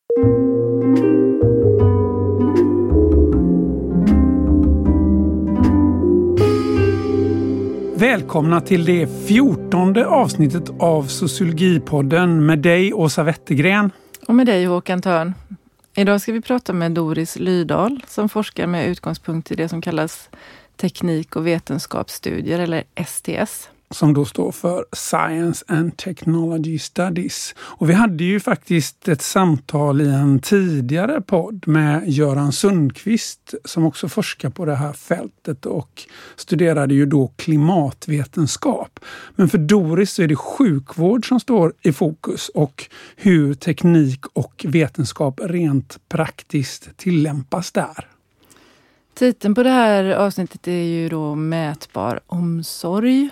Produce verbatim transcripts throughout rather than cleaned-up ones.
Välkomna till det fjortonde avsnittet av Sociologipodden med dig, Åsa Wettergren. Och med dig, Håkan Törn. Idag ska vi prata med Doris Lydahl som forskar med utgångspunkt i det som kallas teknik- och vetenskapsstudier, eller S T S. Som då står för Science and Technology Studies. Och vi hade ju faktiskt ett samtal i en tidigare podd med Göran Sundqvist som också forskar på det här fältet och studerade ju då klimatvetenskap. Men för Doris så är det sjukvård som står i fokus och hur teknik och vetenskap rent praktiskt tillämpas där. Titeln på det här avsnittet är ju då mätbar omsorg.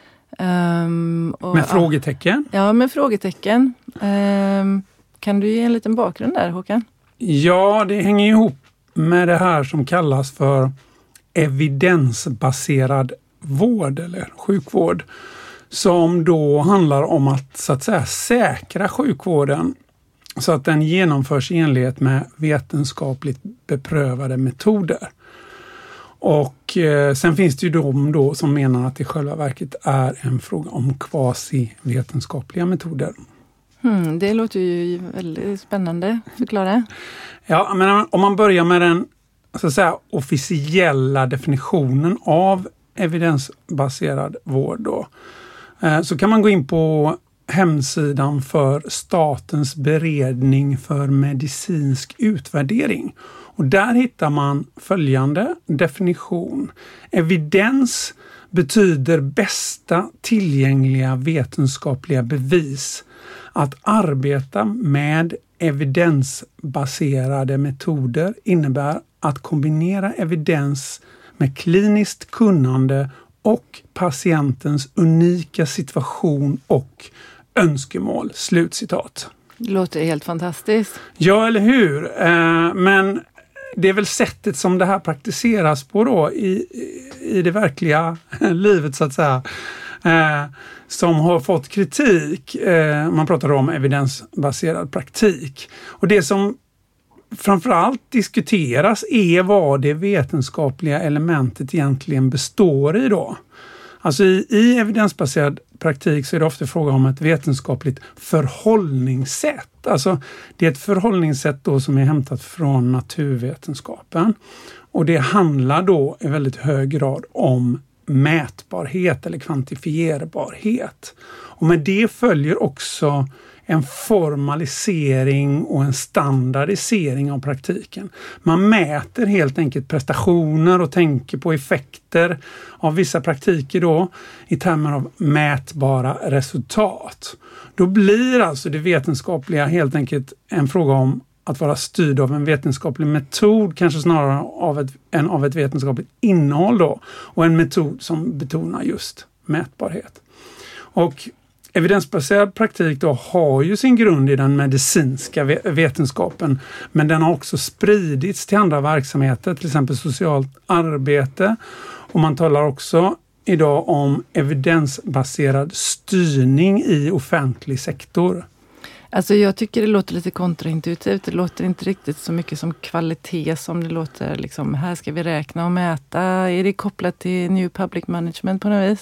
Um, och, med frågetecken? Ja, med frågetecken. Um, kan du ge en liten bakgrund där, Håkan? Ja, det hänger ihop med det här som kallas för evidensbaserad vård eller sjukvård. Som då handlar om att så att säga säkra sjukvården så att den genomförs i enlighet med vetenskapligt beprövade metoder. Och eh, sen finns det ju de då som menar att det i själva verket är en fråga om quasi-vetenskapliga metoder. Hmm, det låter ju väldigt spännande. Förklara. Ja, men om man börjar med den så att säga, officiella definitionen av evidensbaserad vård då, eh, så kan man gå in på hemsidan för Statens beredning för medicinsk utvärdering. Och där hittar man följande definition. Evidens betyder bästa tillgängliga vetenskapliga bevis. Att arbeta med evidensbaserade metoder innebär att kombinera evidens med kliniskt kunnande och patientens unika situation och önskemål. Slutcitat. Det låter helt fantastiskt. Ja, eller hur? Eh, men det är väl sättet som det här praktiseras på då i, i det verkliga livet så att säga. Eh, som har fått kritik. Eh, man pratar om evidensbaserad praktik. Och det som framförallt diskuteras är vad det vetenskapliga elementet egentligen består i då. Alltså i, i evidensbaserad praktik så är det ofta fråga om ett vetenskapligt förhållningssätt. Alltså det är ett förhållningssätt då som är hämtat från naturvetenskapen. Och det handlar då i väldigt hög grad om mätbarhet eller kvantifierbarhet. Och med det följer också en formalisering och en standardisering av praktiken. Man mäter helt enkelt prestationer och tänker på effekter av vissa praktiker då i termer av mätbara resultat. Då blir alltså det vetenskapliga helt enkelt en fråga om att vara styrd av en vetenskaplig metod, kanske snarare av ett, än av ett vetenskapligt innehåll då, och en metod som betonar just mätbarhet. Och evidensbaserad praktik då har ju sin grund i den medicinska vetenskapen, men den har också spridits till andra verksamheter, till exempel socialt arbete, och man talar också idag om evidensbaserad styrning i offentlig sektor. Alltså jag tycker det låter lite kontraintuitivt. Det låter inte riktigt så mycket som kvalitet som det låter liksom, här ska vi räkna och mäta. Är det kopplat till New Public Management på något vis?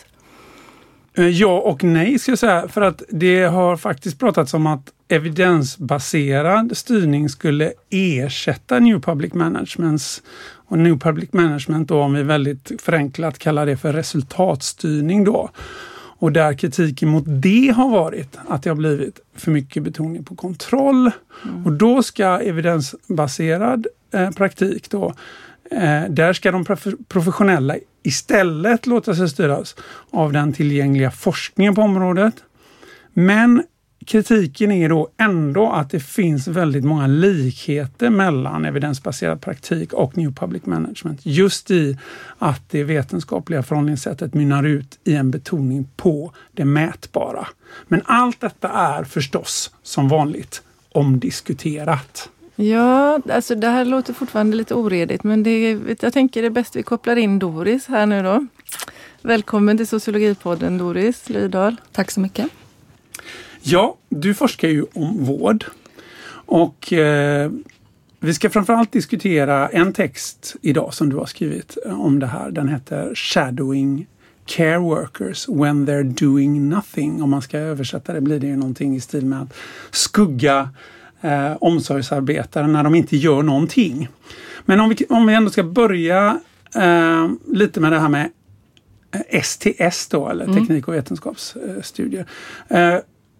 Ja och nej ska jag säga, för att det har faktiskt pratats om att evidensbaserad styrning skulle ersätta New Public Managements, och New Public Management då, om vi väldigt förenklat kallar det för resultatstyrning då. Och där kritiken mot det har varit att det har blivit för mycket betoning på kontroll. Mm. Och då ska evidensbaserad eh, praktik då, eh, där ska de prof- professionella istället låta sig styras av den tillgängliga forskningen på området. Men kritiken är då ändå att det finns väldigt många likheter mellan evidensbaserad praktik och New Public Management. Just i att det vetenskapliga förhållningssättet mynnar ut i en betoning på det mätbara. Men allt detta är förstås som vanligt omdiskuterat. Ja, alltså det här låter fortfarande lite oredigt, men det, jag tänker det är bäst vi kopplar in Doris här nu då. Välkommen till Sociologipodden, Doris Lydahl. Tack så mycket. Ja, du forskar ju om vård. Och eh, vi ska framförallt diskutera en text idag som du har skrivit om det här. Den heter Shadowing Care Workers when they're doing nothing. Om man ska översätta det blir det ju någonting i stil med att skugga eh, omsorgsarbetare när de inte gör någonting. Men om vi, om vi ändå ska börja eh, lite med det här med S T S då, eller mm. teknik- och vetenskapsstudier. Eh,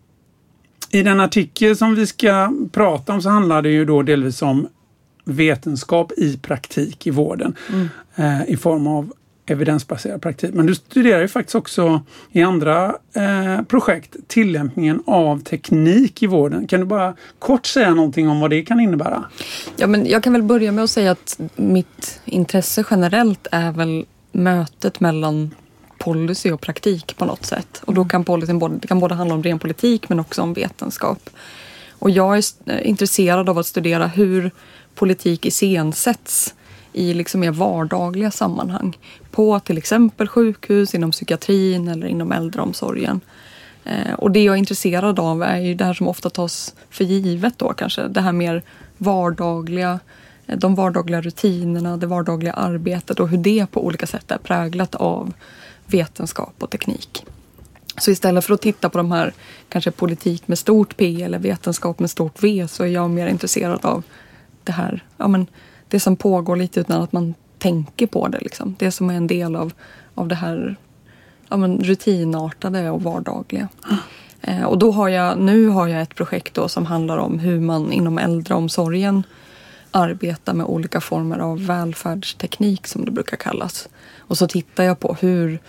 I den artikel som vi ska prata om så handlar det ju då delvis om vetenskap i praktik i vården. Mm. Eh, I form av evidensbaserad praktik. Men du studerar ju faktiskt också i andra eh, projekt tillämpningen av teknik i vården. Kan du bara kort säga någonting om vad det kan innebära? Ja, men jag kan väl börja med att säga att mitt intresse generellt är väl mötet mellan policy och praktik på något sätt. Och då kan policyn både, det kan både handla om ren politik men också om vetenskap. Och jag är intresserad av att studera hur politik iscensätts i liksom mer vardagliga sammanhang. På till exempel sjukhus, inom psykiatrin eller inom äldreomsorgen. Eh, och det jag är intresserad av är ju det här som ofta tas för givet då kanske. Det här mer vardagliga, de vardagliga rutinerna, det vardagliga arbetet och hur det på olika sätt är präglat av vetenskap och teknik. Så istället för att titta på de här kanske politik med stort P eller vetenskap med stort V så är jag mer intresserad av det här, ja men det som pågår lite utan att man tänker på det liksom. Det som är en del av, av det här ja men rutinartade och vardagliga. Mm. Eh, och då har jag, nu har jag ett projekt då som handlar om hur man inom äldreomsorgen arbetar med olika former av välfärdsteknik som det brukar kallas. Och så tittar jag på hur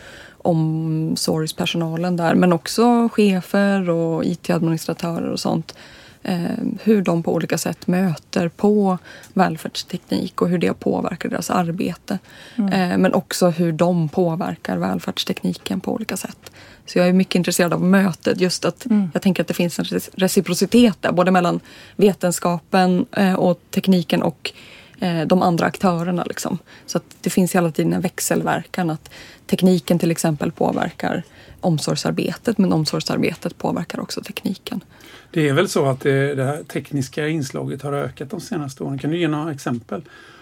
omsorgspersonalen där, men också chefer och I T-administratörer och sånt, eh, hur de på olika sätt möter på välfärdsteknik och hur det påverkar deras arbete. Mm. Eh, men också hur de påverkar välfärdstekniken på olika sätt. Så jag är mycket intresserad av mötet, just att mm. jag tänker att det finns en reciprocitet där, både mellan vetenskapen eh, och tekniken och eh, de andra aktörerna. Liksom. Så att det finns hela tiden en växelverkan, att tekniken till exempel påverkar omsorgsarbetet, men omsorgsarbetet påverkar också tekniken. Det är väl så att det, det här tekniska inslaget har ökat de senaste åren. Kan du ge några exempel?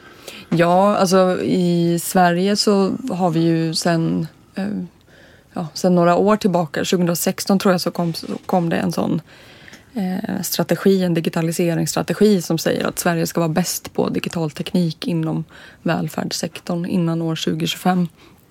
Ja, alltså i Sverige så har vi ju sen... Eh, Ja, sen några år tillbaka, tjugohundrasexton tror jag, så kom, så kom det en sån eh, strategi, en digitaliseringsstrategi som säger att Sverige ska vara bäst på digital teknik inom välfärdssektorn innan år tjugo tjugofem.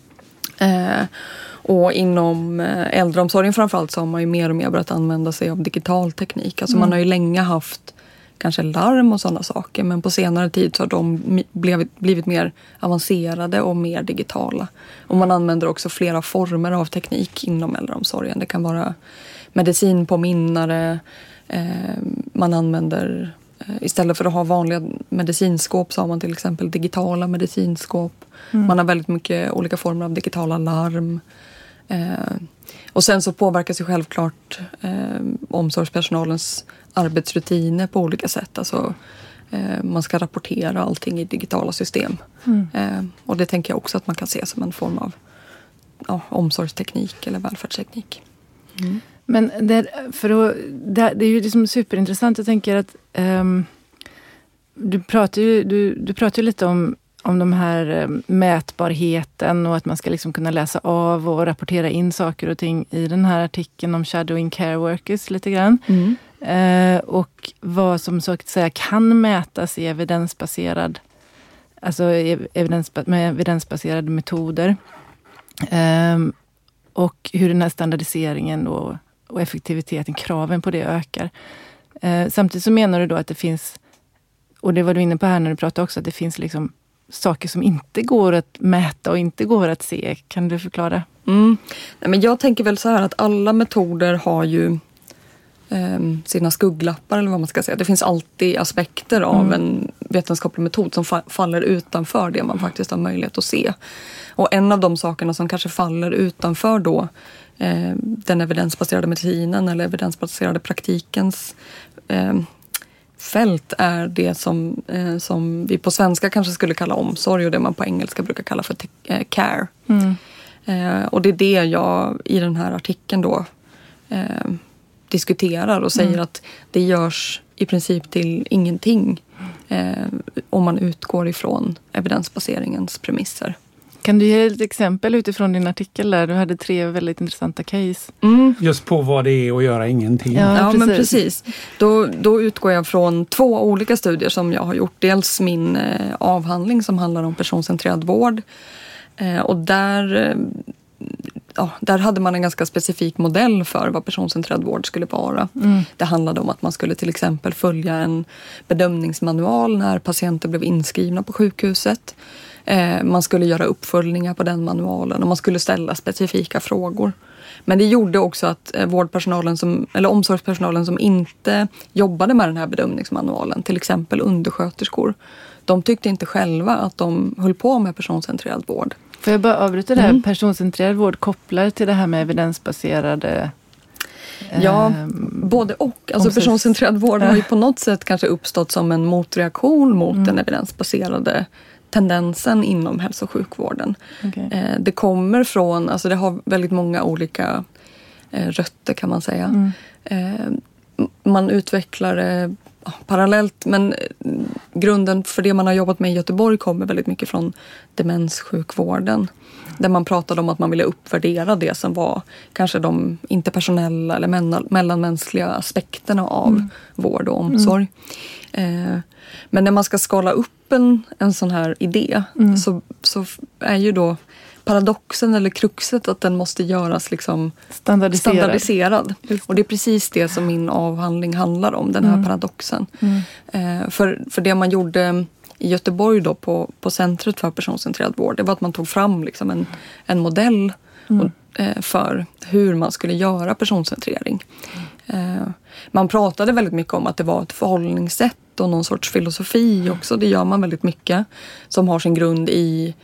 Eh, och inom eh, äldreomsorgen framförallt så har man ju mer och mer börjat använda sig av digital teknik. Alltså mm. man har ju länge haft kanske larm och sådana saker, men på senare tid så har de blivit, blivit mer avancerade och mer digitala. Och man använder också flera former av teknik inom äldreomsorgen. Det kan vara medicinpåminnare, eh, man använder, eh, istället för att ha vanliga medicinskåp så har man till exempel digitala medicinskåp. Mm. Man har väldigt mycket olika former av digitala larm. Eh, och sen så påverkas ju självklart eh, omsorgspersonalens arbetsrutiner på olika sätt. Alltså eh, man ska rapportera allting i digitala system. Mm. Eh, och det tänker jag också att man kan se som en form av ja, omsorgsteknik eller välfärdsteknik. Mm. Men det, för att, det, det är ju liksom superintressant. Jag tänker att um, du pratar ju, du, du pratar ju lite om om de här mätbarheten och att man ska liksom kunna läsa av och rapportera in saker och ting i den här artikeln om Shadowing Care Workers lite grann. Mm. Eh, och vad som så att säga kan mätas i evidensbaserad, alltså evidens, med evidensbaserade metoder. Eh, och hur den här standardiseringen och, och effektiviteten, kraven på det ökar. Eh, samtidigt så menar du då att det finns, och det var du inne på här när du pratade också, att det finns liksom saker som inte går att mäta och inte går att se. Kan du förklara? Mm. Nej, men jag tänker väl så här att alla metoder har ju eh, sina skugglappar eller vad man ska säga. Det finns alltid aspekter av mm. en vetenskaplig metod som fa- faller utanför det man faktiskt har möjlighet att se. Och en av de sakerna som kanske faller utanför då eh, den evidensbaserade medicinen eller evidensbaserade praktikens eh, fält är det som, eh, som vi på svenska kanske skulle kalla omsorg och det man på engelska brukar kalla för te- eh, care. Mm. Eh, och det är det jag i den här artikeln då eh, diskuterar och säger mm. att det görs i princip till ingenting eh, om man utgår ifrån evidensbaseringens premisser. Kan du ge ett exempel utifrån din artikel där? Du hade tre väldigt intressanta case. Mm. Just på vad det är att göra ingenting. Ja, Ja, precis. men precis. Då, då utgår jag från två olika studier som jag har gjort. Dels min eh, avhandling som handlar om personcentrerad vård. Eh, och där, eh, ja, där hade man en ganska specifik modell för vad personcentrerad vård skulle vara. Mm. Det handlade om att man skulle till exempel följa en bedömningsmanual när patienter blev inskrivna på sjukhuset. Eh, man skulle göra uppföljningar på den manualen och man skulle ställa specifika frågor. Men det gjorde också att eh, vårdpersonalen som, eller omsorgspersonalen som inte jobbade med den här bedömningsmanualen, till exempel undersköterskor, de tyckte inte själva att de höll på med personcentrerad vård. Får jag bara avbryta det här? Mm. Personcentrerad vård kopplar till det här med evidensbaserade... Ja, eh, både och. Alltså omsorgs- personcentrerad vård har ju på något sätt kanske uppstått som en motreaktion mot Mm. den evidensbaserade tendensen inom hälso- och sjukvården. Okay. Eh, det kommer från, alltså det har väldigt många olika eh, rötter kan man säga. Mm. Eh, man utvecklar det ja, parallellt, men eh, grunden för det man har jobbat med i Göteborg kommer väldigt mycket från demenssjukvården. Där man pratade om att man ville uppvärdera det som var kanske de interpersonella eller mellan, mellanmänskliga aspekterna av Mm. vård och omsorg. Mm. Eh, men när man ska skala upp en, en sån här idé Mm. så, så är ju då paradoxen eller kruxet att den måste göras liksom Standardiserad. standardiserad. Och det är precis det som min avhandling handlar om, den här Mm. paradoxen. Mm. Eh, för, för det man gjorde i Göteborg då på, på Centret för personcentrerad vård, det var att man tog fram liksom en, en modell Mm. och, eh, för hur man skulle göra personcentrering. Eh, man pratade väldigt mycket om att det var ett förhållningssätt och någon sorts filosofi också. Det gör man väldigt mycket som har sin grund i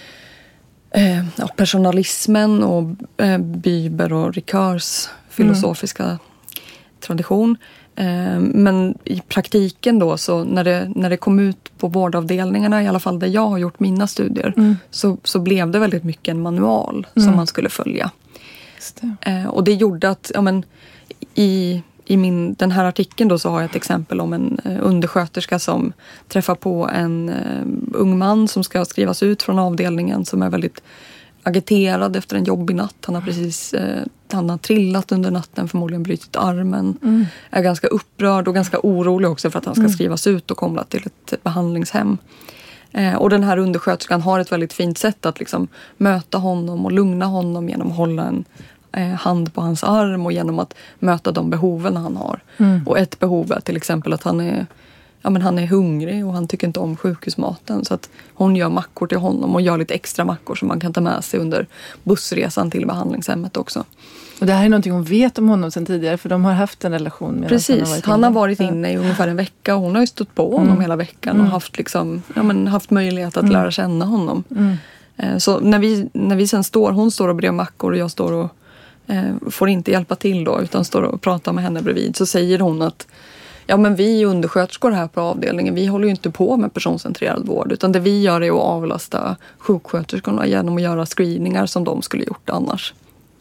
eh, ja, personalismen och eh, Büber och Ricoeurs filosofiska mm. tradition. Eh, men i praktiken då, så när det, när det kom ut på vårdavdelningarna, i alla fall där jag har gjort mina studier, Mm. så, så blev det väldigt mycket en manual Mm. som man skulle följa. Just det. Eh, och det gjorde att ja, men, i, i min, den här artikeln då, så har jag ett exempel om en eh, undersköterska som träffar på en eh, ung man som ska skrivas ut från avdelningen, som är väldigt agiterad efter en jobbig natt. Han har precis eh, han har trillat under natten, förmodligen brutit armen. Mm. Är ganska upprörd och ganska orolig också för att han ska Mm. skrivas ut och komma till ett behandlingshem. Eh, och den här undersköterskan har ett väldigt fint sätt att liksom möta honom och lugna honom genom att hålla en eh, hand på hans arm och genom att möta de behoven han har. Mm. Och ett behov är till exempel att han är, ja, men han är hungrig och han tycker inte om sjukhusmaten. Så att hon gör mackor till honom och gör lite extra mackor som man kan ta med sig under bussresan till behandlingshemmet också. Och det här är någonting hon vet om honom sedan tidigare, för de har haft en relation med Precis, han har varit han inne. har varit inne i ungefär en vecka och hon har ju stått på honom Mm. hela veckan Mm. och haft, liksom, ja, men haft möjlighet att Mm. lära känna honom. Mm. Eh, Så när vi, när vi sen står, hon står och brer mackor och jag står och eh, får inte hjälpa till då, utan står och pratar med henne bredvid, så säger hon att ja, men vi undersköterskor här på avdelningen, vi håller ju inte på med personcentrerad vård, utan det vi gör är att avlasta sjuksköterskorna genom att göra screeningar som de skulle gjort annars.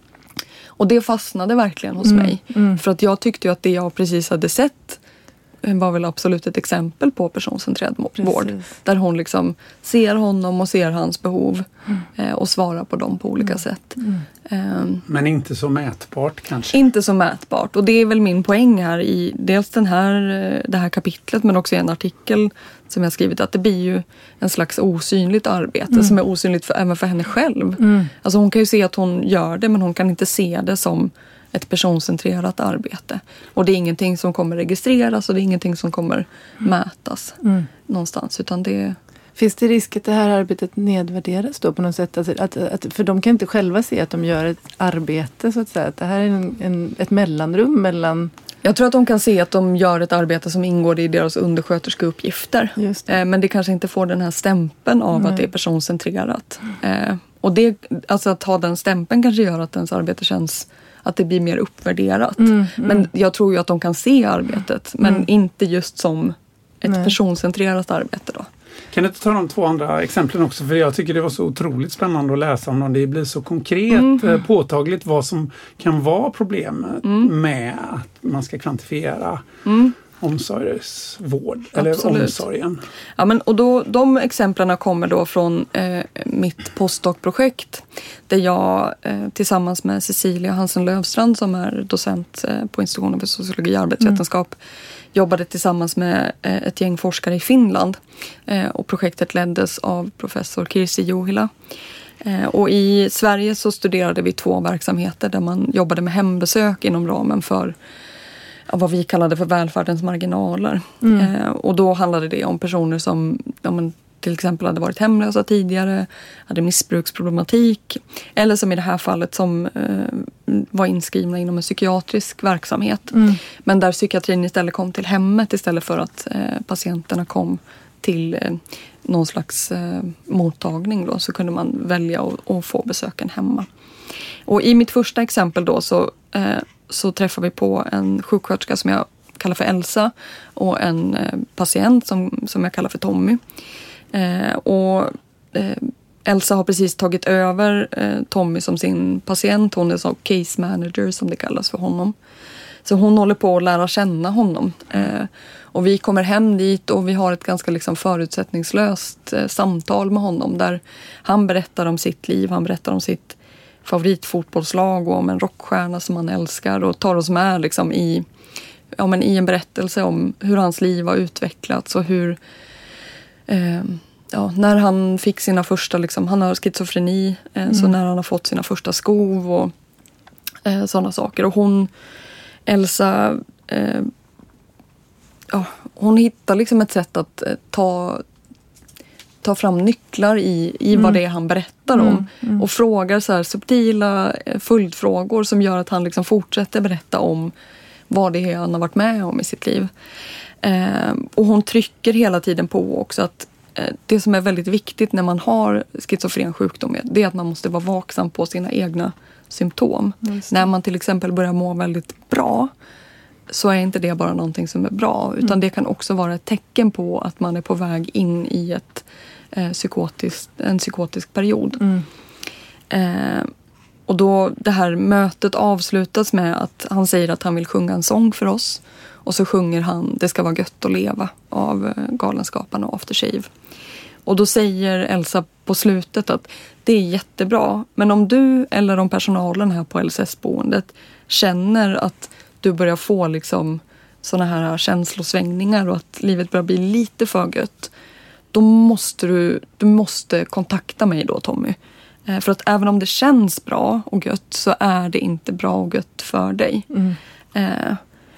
Och det fastnade verkligen hos Mm, mig. mm. För att jag tyckte ju att det jag precis hade sett var väl absolut ett exempel på personcentrerad mo- vård. Precis. Där hon liksom ser honom och ser hans behov eh, och svarar på dem på olika sätt. Mm. Eh, Men inte så mätbart kanske. inte så mätbart. Och det är väl min poäng här i dels den här, eh, det här kapitlet, men också i en artikel som jag skrivit, att det blir ju en slags osynligt arbete Mm. som är osynligt för, även för henne själv. Mm. Alltså hon kan ju se att hon gör det, men hon kan inte se det som ett personcentrerat arbete. Och det är ingenting som kommer registreras och det är ingenting som kommer mätas Mm. någonstans, utan det... Finns det risk att det här arbetet nedvärderas då på något sätt? Alltså att, att, för de kan inte själva se att de gör ett arbete, så att säga. Att det här är en, en, ett mellanrum mellan... Jag tror att de kan se att de gör ett arbete som ingår i deras undersköterskeuppgifter. Just det. Eh, men det kanske inte får den här stämpeln av Nej. att det är personcentrerat. Eh, och det, alltså att ha den stämpeln kanske gör att ens arbete känns, att det blir mer uppvärderat. Mm, mm. Men jag tror ju att de kan se arbetet, men Mm. inte just som ett Nej. personcentrerat arbete då. Kan du inte ta de två andra exemplen också? För jag tycker det var så otroligt spännande att läsa om dem. Det blir så konkret, Mm. eh, påtagligt vad som kan vara problemet Mm. med att man ska kvantifiera Mm. omsorgsvård eller Absolut. omsorgen. Ja, men, och då, de exemplen kommer då från eh, mitt postdoc-projekt där jag eh, tillsammans med Cecilia Hansen Lövstrand som är docent eh, på institutionen för sociologi och arbetsvetenskap mm. jobbade tillsammans med eh, ett gäng forskare i Finland eh, och projektet leddes av professor Kirsi Juhila. Eh, och i Sverige så studerade vi två verksamheter där man jobbade med hembesök inom ramen för vad vi kallade för välfärdens marginaler. Mm. Eh, och då handlade det om personer som ja, men, till exempel hade varit hemlösa tidigare, hade missbruksproblematik eller som i det här fallet som eh, var inskrivna inom en psykiatrisk verksamhet. Mm. Men där psykiatrin istället kom till hemmet istället för att eh, patienterna kom till eh, någon slags eh, mottagning då, så kunde man välja att, att få besöken hemma. Och i mitt första exempel då så eh, så träffar vi på en sjuksköterska som jag kallar för Elsa och en eh, patient som, som jag kallar för Tommy. Eh, och eh, Elsa har precis tagit över eh, Tommy som sin patient. Hon är så case manager som det kallas för honom. Så hon håller på att lära känna honom. Eh, och vi kommer hem dit och vi har ett ganska liksom, förutsättningslöst eh, samtal med honom där han berättar om sitt liv, han berättar om sitt favoritfotbollslag och om en rockstjärna som han älskar och tar oss med liksom i, ja, men i en berättelse om hur hans liv har utvecklats och hur eh, ja, när han fick sina första, liksom, han har schizofreni eh, mm. så när han har fått sina första skov och eh, sådana saker. Och hon, Elsa eh, ja, hon hittar liksom ett sätt att eh, ta ta fram nycklar i, i mm. vad det är han berättar om. Mm. Mm. Och frågar så här subtila följdfrågor som gör att han liksom fortsätter berätta om vad det är han har varit med om i sitt liv. Eh, och hon trycker hela tiden på också att eh, det som är väldigt viktigt när man har schizofren sjukdom det är att man måste vara vaksam på sina egna symptom. När man till exempel börjar må väldigt bra så är inte det bara någonting som är bra utan mm. det kan också vara ett tecken på att man är på väg in i ett eh, psykotiskt, en psykotisk period. Mm. Eh, och då det här mötet avslutas med att han säger att han vill sjunga en sång för oss och så sjunger han Det ska vara gött att leva av eh, Galenskaparna och Aftershave. Och då säger Elsa på slutet att det är jättebra men om du eller om personalen här på L S S-boendet känner att du börjar få liksom såna här känslosvängningar och att livet börjar bli lite för gött. Då måste du, du måste kontakta mig då, Tommy. Eh, för att även om det känns bra och gött så är det inte bra och gött för dig. Mm. Eh,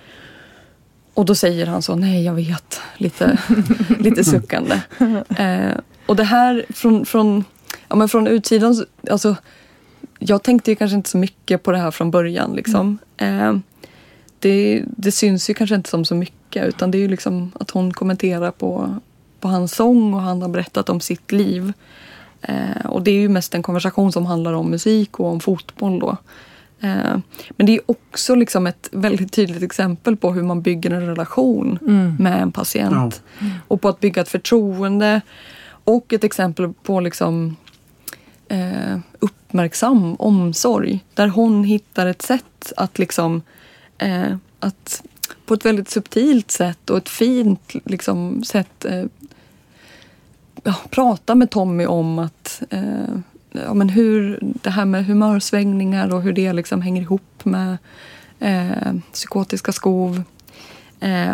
och då säger han så, nej jag vet, lite, lite suckande. Eh, och det här från, från, ja, men från utsidan, alltså jag tänkte ju kanske inte så mycket på det här från början liksom. Mm. Eh, Det, det syns ju kanske inte som så mycket utan det är ju liksom att hon kommenterar på, på hans sång och han har berättat om sitt liv. Eh, och det är ju mest en konversation som handlar om musik och om fotboll då. Eh, men det är också liksom ett väldigt tydligt exempel på hur man bygger en relation mm. med en patient. Ja. Mm. Och på att bygga ett förtroende och ett exempel på liksom eh, uppmärksam omsorg där hon hittar ett sätt att liksom Eh, att på ett väldigt subtilt sätt och ett fint liksom, sätt eh, ja, prata med Tommy om att eh, ja, men hur det här med humörsvängningar och hur det liksom hänger ihop med eh, psykotiska skov. Eh,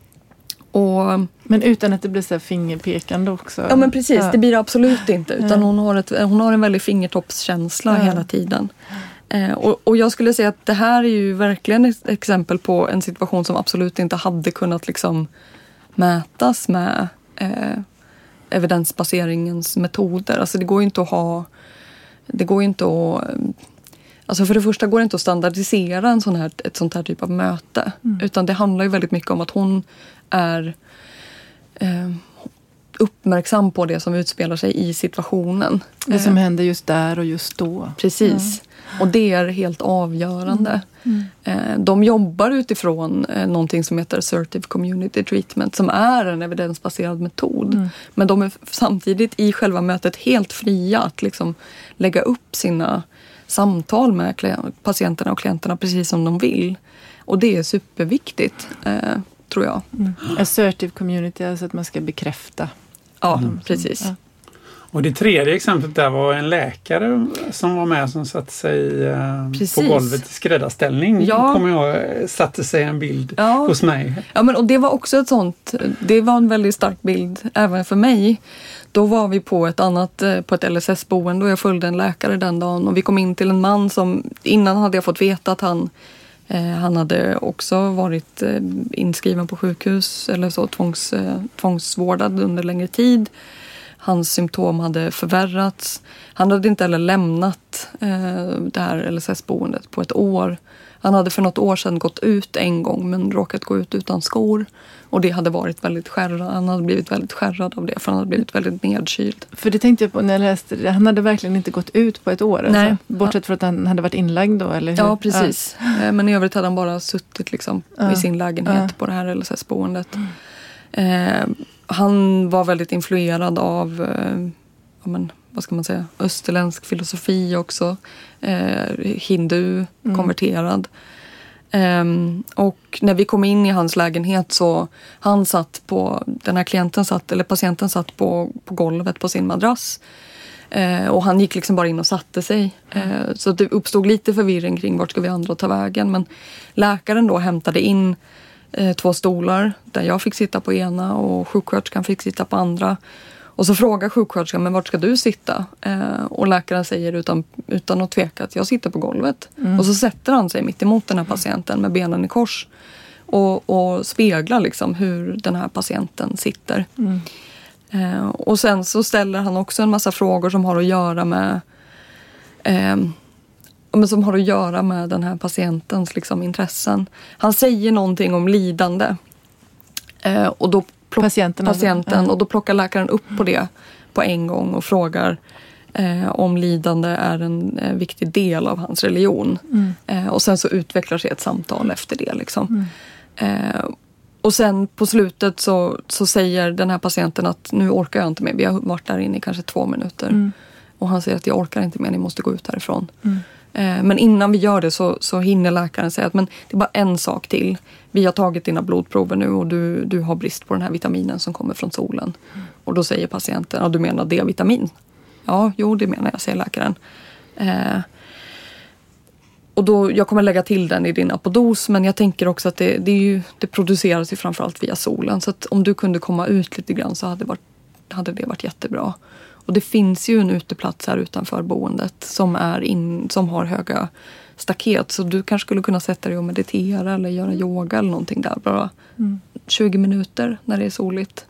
och, men utan att det blir så här fingerpekande också. Ja men precis, ja. Det blir det absolut inte utan ja. hon, har ett, hon har en väldigt fingertoppskänsla ja. hela tiden. Eh, och, och jag skulle säga att det här är ju verkligen ett exempel på en situation som absolut inte hade kunnat liksom mätas med eh, evidensbaseringens metoder. Alltså det går ju inte att ha, det går ju inte att, alltså för det första går det inte att standardisera en sån här, ett sånt här typ av möte. Mm. Utan det handlar ju väldigt mycket om att hon är eh, uppmärksam på det som utspelar sig i situationen. Det som eh, händer just där och just då. Precis. Mm. Och det är helt avgörande. Mm. Mm. De jobbar utifrån någonting som heter Assertive Community Treatment som är en evidensbaserad metod. Mm. Men de är samtidigt i själva mötet helt fria att liksom lägga upp sina samtal med patienterna och klienterna precis som de vill. Och det är superviktigt. tror jag. Mm. Assertive community, alltså att man ska bekräfta. Ja, mm. precis. Ja. Och det tredje exemplet där var en läkare som var med som satte sig eh, på golvet i skräddarställning. Ja. Kommer jag satte sig en bild ja. hos mig. Ja, men och det var också ett sånt, det var en väldigt stark bild även för mig. Då var vi på ett annat, på ett L S S-boende och jag följde en läkare den dagen och vi kom in till en man som, innan hade jag fått veta att han eh, han hade också varit eh, inskriven på sjukhus eller så tvångs, eh, tvångsvårdad under längre tid. Hans symptom hade förvärrats. Han hade inte heller lämnat eh, det här L S S-boendet på ett år. Han hade för något år sedan gått ut en gång men råkat gå ut utan skor. Och det hade varit väldigt skärrad. Han hade blivit väldigt skärrad av det för han hade blivit väldigt nedkyld. För det tänkte jag på när jag läste det. Han hade verkligen inte gått ut på ett år. Nej. Alltså, bortsett från att han hade varit inlagd då, eller hur? Ja, precis. Ja. Men i övrigt hade han bara suttit liksom, ja. i sin lägenhet ja. på det här L S S-boendet. Mm. Eh, han var väldigt influerad av eh, ja, men, vad ska man säga, österländsk filosofi också. Eh, hindu, mm. konverterad. Um, och när vi kom in i hans lägenhet så han satt på, den här klienten satt, eller patienten satt på, på golvet på sin madrass. Uh, och han gick liksom bara in och satte sig. Uh, så det uppstod lite förvirring kring vart ska vi andra ta vägen. Men läkaren då hämtade in uh, två stolar där jag fick sitta på ena och sjuksköterskan fick sitta på andra. Och så frågar sjuksköterskan, men vart ska du sitta? Eh, och läkaren säger utan, utan att tveka att jag sitter på golvet. Mm. Och så sätter han sig mitt emot den här patienten med benen i kors. Och, och speglar liksom hur den här patienten sitter. Mm. Eh, och sen så ställer han också en massa frågor som har att göra med... Eh, men som har att göra med den här patientens liksom, intressen. Han säger någonting om lidande. Eh, och då Patienten, patienten och då plockar läkaren upp på det på en gång och frågar eh, om lidande är en eh, viktig del av hans religion. Mm. Eh, och sen så utvecklar sig ett samtal efter det. Liksom. Mm. Eh, och sen på slutet så, så säger den här patienten att nu orkar jag inte mer. Vi har varit där inne i kanske två minuter. Mm. Och han säger att jag orkar inte mer, ni måste gå ut härifrån. Mm. Men innan vi gör det så, så hinner läkaren säga att men det är bara en sak till. Vi har tagit dina blodprover nu och du, du har brist på den här vitaminen som kommer från solen. Mm. Och då säger patienten, ja du menar D-vitamin? Ja, jo det menar jag, säger läkaren. Eh, och då, jag kommer lägga till den i din apodos, men jag tänker också att det, det, är ju, det produceras ju framförallt via solen. Så att om du kunde komma ut lite grann så hade, varit, hade det varit jättebra. Och det finns ju en uteplats här utanför boendet som, är in, som har höga staket. Så du kanske skulle kunna sätta dig och meditera eller göra yoga eller någonting där. Bara mm. tjugo minuter när det är soligt.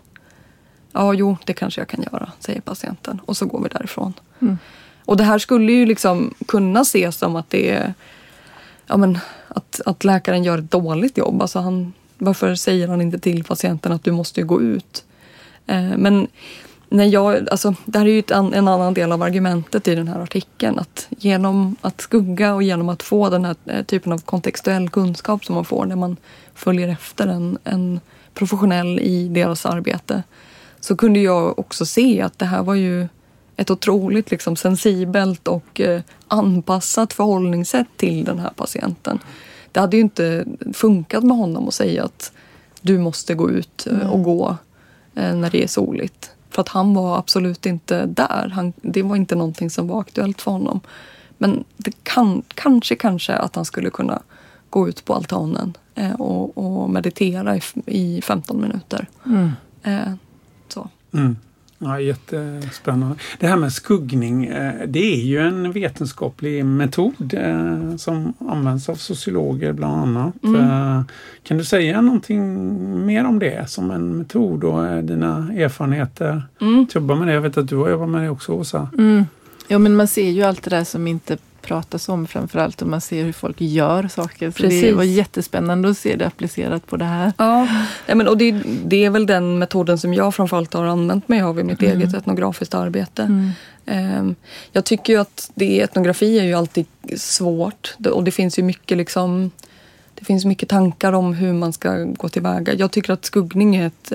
Ja, jo, det kanske jag kan göra, säger patienten. Och så går vi därifrån. Mm. Och det här skulle ju liksom kunna ses som att det är... Ja, men, att, att läkaren gör ett dåligt jobb. Alltså han, varför säger han inte till patienten att du måste ju gå ut? Eh, men... Nej, jag, alltså, det här är ju ett, en annan del av argumentet i den här artikeln. Att genom att skugga och genom att få den här typen av kontextuell kunskap som man får när man följer efter en, en professionell i deras arbete. Så kunde jag också se att det här var ju ett otroligt liksom, sensibelt och eh, anpassat förhållningssätt till den här patienten. Det hade ju inte funkat med honom att säga att du måste gå ut eh, och gå eh, när det är soligt. För att han var absolut inte där. Han, det var inte någonting som var aktuellt för honom. Men det kan, kanske, kanske att han skulle kunna gå ut på altanen eh, och, och meditera i, i femton minuter. Mm. Eh, så. Mm. Ja, jättespännande. Det här med skuggning, det är ju en vetenskaplig metod som används av sociologer bland annat. Mm. Kan du säga någonting mer om det som en metod och dina erfarenheter? Mm. Jobba med det. Jag vet att du har jobbat med det också, Åsa. Mm. Ja, men man ser ju allt det där som inte pratas om framförallt och man ser hur folk gör saker. Så det var jättespännande att se det applicerat på det här. Ja, men, och det, det är väl den metoden som jag framförallt har använt mig av i mitt mm. eget etnografiskt arbete. Mm. Um, jag tycker ju att det, etnografi är ju alltid svårt och det finns ju mycket liksom, det finns mycket tankar om hur man ska gå tillväga. Jag tycker att skuggning är ett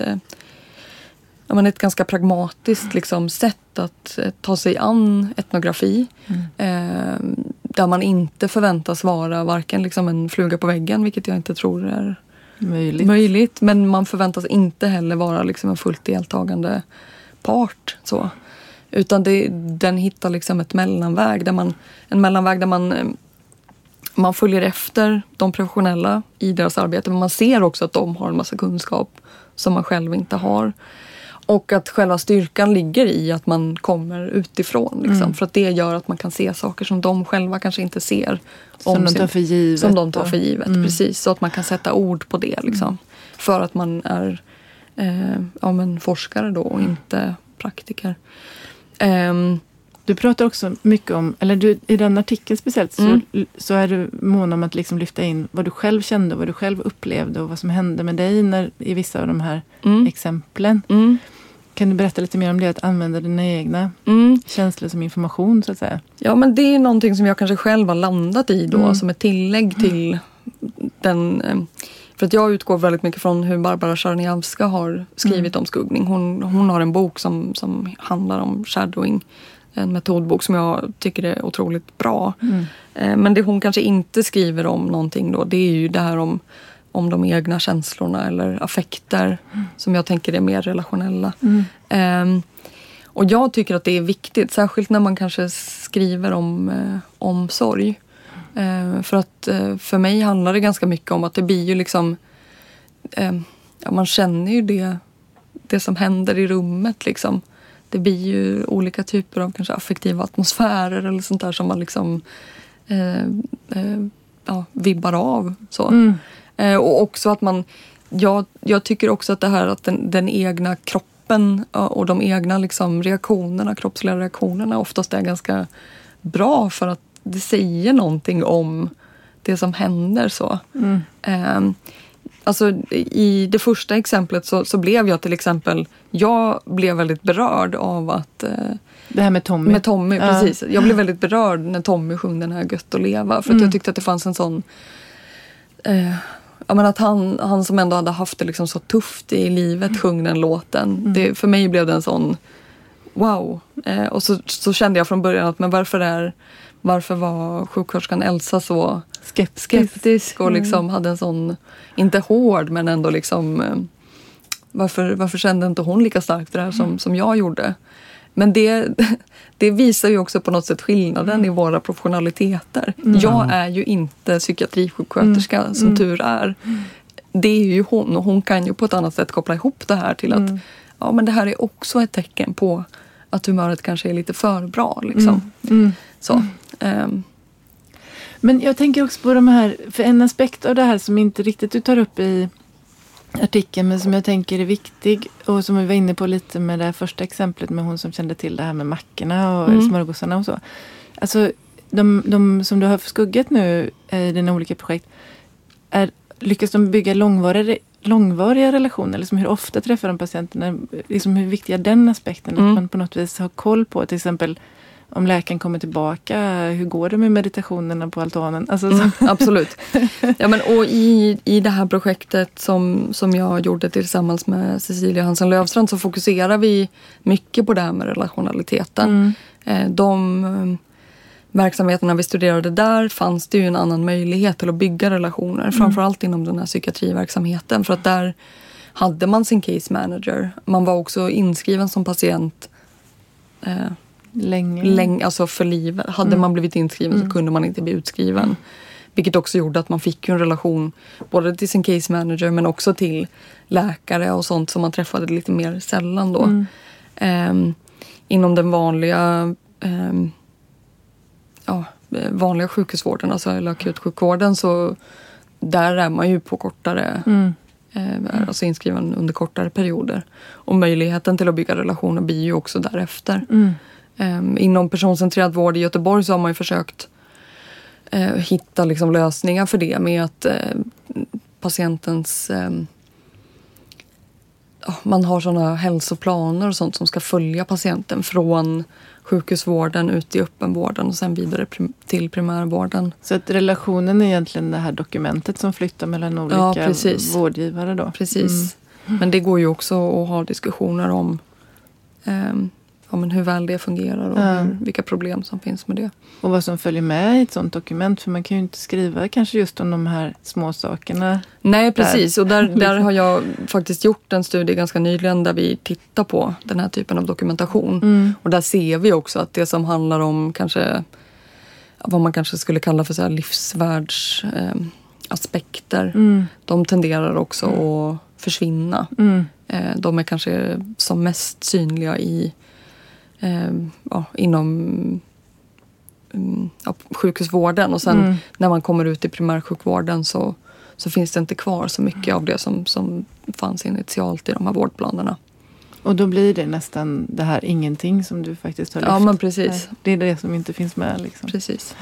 Ja, men ett ganska pragmatiskt liksom, sätt att eh, ta sig an etnografi. Mm. Eh, där man inte förväntas vara varken liksom, en fluga på väggen, vilket jag inte tror är möjligt. möjligt. Men man förväntas inte heller vara liksom en fullt deltagande part. Så. Utan det, den hittar liksom ett mellanväg där man, en mellanväg där man, man följer efter de professionella i deras arbete. Men man ser också att de har en massa kunskap som man själv inte har. Och att själva styrkan ligger i att man kommer utifrån. Liksom, mm. För att det gör att man kan se saker som de själva kanske inte ser. Som de sin, tar för givet. Som de tar för givet, mm. precis. Så att man kan sätta ord på det. Liksom, mm. För att man är eh, ja, men forskare då och inte praktiker. Um, du pratar också mycket om, eller du, i den artikeln speciellt mm. så, så är du mån om att liksom lyfta in vad du själv kände, vad du själv upplevde och vad som hände med dig när, i vissa av de här mm. exemplen. Mm. Kan du berätta lite mer om det, att använda dina egna mm. känslor som information så att säga? Ja, men det är någonting som jag kanske själv har landat i då mm. som ett tillägg till den... För att jag utgår väldigt mycket från hur Barbara Czarniawska har skrivit mm. om skuggning. Hon, hon har en bok som, som handlar om shadowing. En metodbok som jag tycker är otroligt bra. Mm. Eh, men det hon kanske inte skriver om någonting då, det är ju det här om, om de egna känslorna eller affekter. Mm. Som jag tänker är mer relationella. Mm. Eh, och jag tycker att det är viktigt, särskilt när man kanske skriver om, eh, om sorg. Eh, för att eh, för mig handlar det ganska mycket om att det blir ju liksom eh, ja, man känner ju det, det som händer i rummet liksom. Det blir ju olika typer av kanske affektiva atmosfärer eller sånt där som man liksom eh, eh, ja, vibbar av så. Mm. Eh, och också att man jag, jag tycker också att det här att den, den egna kroppen och de egna liksom reaktionerna, kroppsliga reaktionerna oftast är ganska bra för att det säger någonting om det som händer så. Mm. Eh, alltså i det första exemplet så, så blev jag till exempel, jag blev väldigt berörd av att... Eh, det här med Tommy. Med Tommy, uh. precis. Jag blev väldigt berörd när Tommy sjöng den här Gött att leva. För att mm. jag tyckte att det fanns en sån... Eh, jag menar att han, han som ändå hade haft det liksom så tufft i livet mm. sjöng den låten. Mm. Det, för mig blev det en sån... Wow. Eh, och så, så kände jag från början att men varför är... Varför var sjuksköterskan Elsa så skeptisk, skeptisk och liksom mm. hade en sån, inte hård men ändå liksom, varför, varför kände inte hon lika starkt det här som, mm. som jag gjorde? Men det, det visar ju också på något sätt skillnaden mm. i våra professionaliteter. Mm. Jag är ju inte psykiatrisjuksköterska mm. som tur är. Mm. Det är ju hon och hon kan ju på ett annat sätt koppla ihop det här till att mm. ja, men det här är också ett tecken på att humöret kanske är lite för bra liksom. Mm. Mm. Så. Um. Men jag tänker också på de här, för en aspekt av det här som inte riktigt du tar upp i artikeln men som jag tänker är viktig och som vi var inne på lite med det här första exemplet med hon som kände till det här med mackorna och mm. smörgåsarna och så. Alltså de, de som du har skuggat nu i dina olika projekt, är, lyckas de bygga långvariga, långvariga relationer? Liksom hur ofta träffar de patienterna? Liksom hur viktig är den aspekten? Mm. Att man på något vis har koll på till exempel om läkaren kommer tillbaka, hur går det med meditationerna på altanen? Alltså, mm, absolut. Ja, men, och i, i det här projektet som, som jag gjorde tillsammans med Cecilia Hansen Löfstrand så fokuserar vi mycket på det här med relationaliteten. Mm. De verksamheterna vi studerade där fanns det ju en annan möjlighet till att bygga relationer. Mm. Framförallt inom den här psykiatriverksamheten. För att där hade man sin case manager. Man var också inskriven som patient eh, Länge. Länge, alltså för livet. Hade mm. man blivit inskriven mm. så kunde man inte bli utskriven. Mm. Vilket också gjorde att man fick en relation både till sin case manager men också till läkare och sånt som man träffade lite mer sällan då. Mm. Um, inom den vanliga um, ja, vanliga sjukhusvården, alltså eller akutsjukvården, så där är man ju på kortare mm. eh, alltså inskriven under kortare perioder. Och möjligheten till att bygga relationer blir ju också därefter. Mm. Um, inom personcentrerad vård i Göteborg så har man ju försökt uh, hitta liksom lösningar för det med att uh, patientens um, uh, man har sådana hälsoplaner och sånt som ska följa patienten från sjukhusvården ut i öppenvården och sen vidare prim- till primärvården. Så att relationen är egentligen det här dokumentet som flyttar mellan olika ja, vårdgivare då? Precis. Mm. Men det går ju också att ha diskussioner om um, ja, men hur väl det fungerar och Ja. hur, vilka problem som finns med det. Och vad som följer med i ett sånt dokument. För man kan ju inte skriva kanske just om de här små sakerna. Nej, precis. Och där, där har jag faktiskt gjort en studie ganska nyligen där vi tittar på den här typen av dokumentation. Mm. Och där ser vi också att det som handlar om kanske vad man kanske skulle kalla för så här livsvärldsaspekter eh, aspekter, Mm. de tenderar också att försvinna. Mm. Eh, de är kanske som mest synliga i eh, ja, inom um, ja, sjukhusvården och sen Mm. när man kommer ut i primärsjukvården så, så finns det inte kvar så mycket av det som, som fanns initialt i de här vårdplanerna. Och då blir det nästan det här ingenting som du faktiskt har lyft. Ja, men precis. Det är det som inte finns med. Liksom. Precis.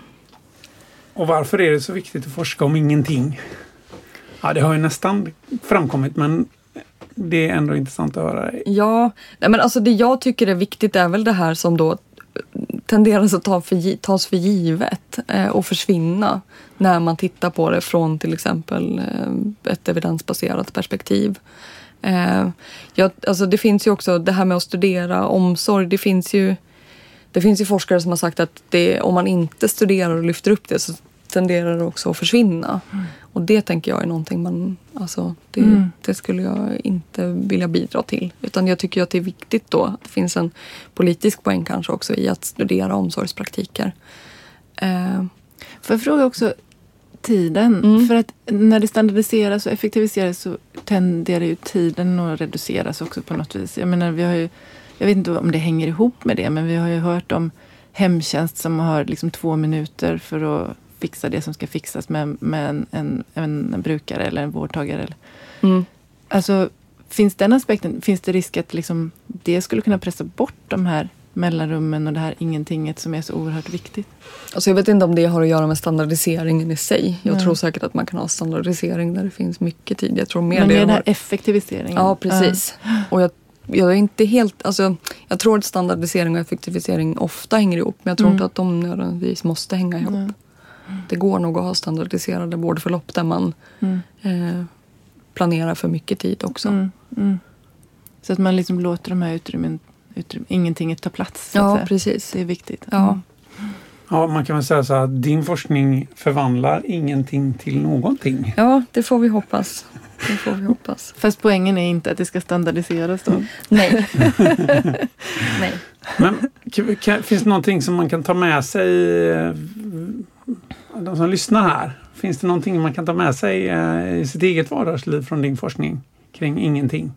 Och varför är det så viktigt att forska om ingenting? Ja, det har ju nästan framkommit, men det är ändå intressant att höra. Ja, nej, men alltså det jag tycker är viktigt är väl det här som då tenderar att ta för, tas för givet eh, och försvinna när man tittar på det från till exempel eh, ett evidensbaserat perspektiv. Eh, ja, alltså det finns ju också det här med att studera omsorg. Det finns ju, det finns ju forskare som har sagt att det, om man inte studerar och lyfter upp det så tenderar det också att försvinna. Mm. Och det tänker jag är någonting man, alltså det, mm. det skulle jag inte vilja bidra till. Utan jag tycker att det är viktigt då att det finns en politisk poäng kanske också i att studera omsorgspraktiker. Eh. Får jag fråga också tiden? Mm. För att när det standardiseras och effektiviseras så tenderar ju tiden att reduceras också på något vis. Jag menar, vi har ju, jag vet inte om det hänger ihop med det, men vi har ju hört om hemtjänst som har liksom två minuter för att fixa det som ska fixas med, med en, en, en brukare eller en vårdtagare. Eller. Mm. Alltså, finns den aspekten, finns det risk att liksom det skulle kunna pressa bort de här mellanrummen och det här ingentinget som är så oerhört viktigt? Alltså jag vet inte om det har att göra med standardiseringen i sig. Jag mm. tror säkert att man kan ha standardisering där det finns mycket tid. Jag tror mer Men det är den här har... effektiviseringen? Ja, precis. Ja. Och jag Jag är inte helt, alltså, jag tror att standardisering och effektivisering ofta hänger ihop. Men jag tror mm. inte att de nödvändigtvis måste hänga ihop. Mm. Det går nog att ha standardiserade vårdförlopp där man mm. eh, planerar för mycket tid också. Mm. Mm. Så att man liksom låter de här utrymmen, utrymmen ingenting ta plats. Ja, säga. precis. Det är viktigt. Ja. Mm. Ja, man kan väl säga så att din forskning förvandlar ingenting till någonting. Ja, det får vi hoppas. Det får vi hoppas. Fast poängen är inte att det ska standardiseras då. Nej. Nej. Men kan, finns det någonting som man kan ta med sig, de som lyssnar här, finns det någonting man kan ta med sig i sitt eget vardagsliv från din forskning kring ingenting?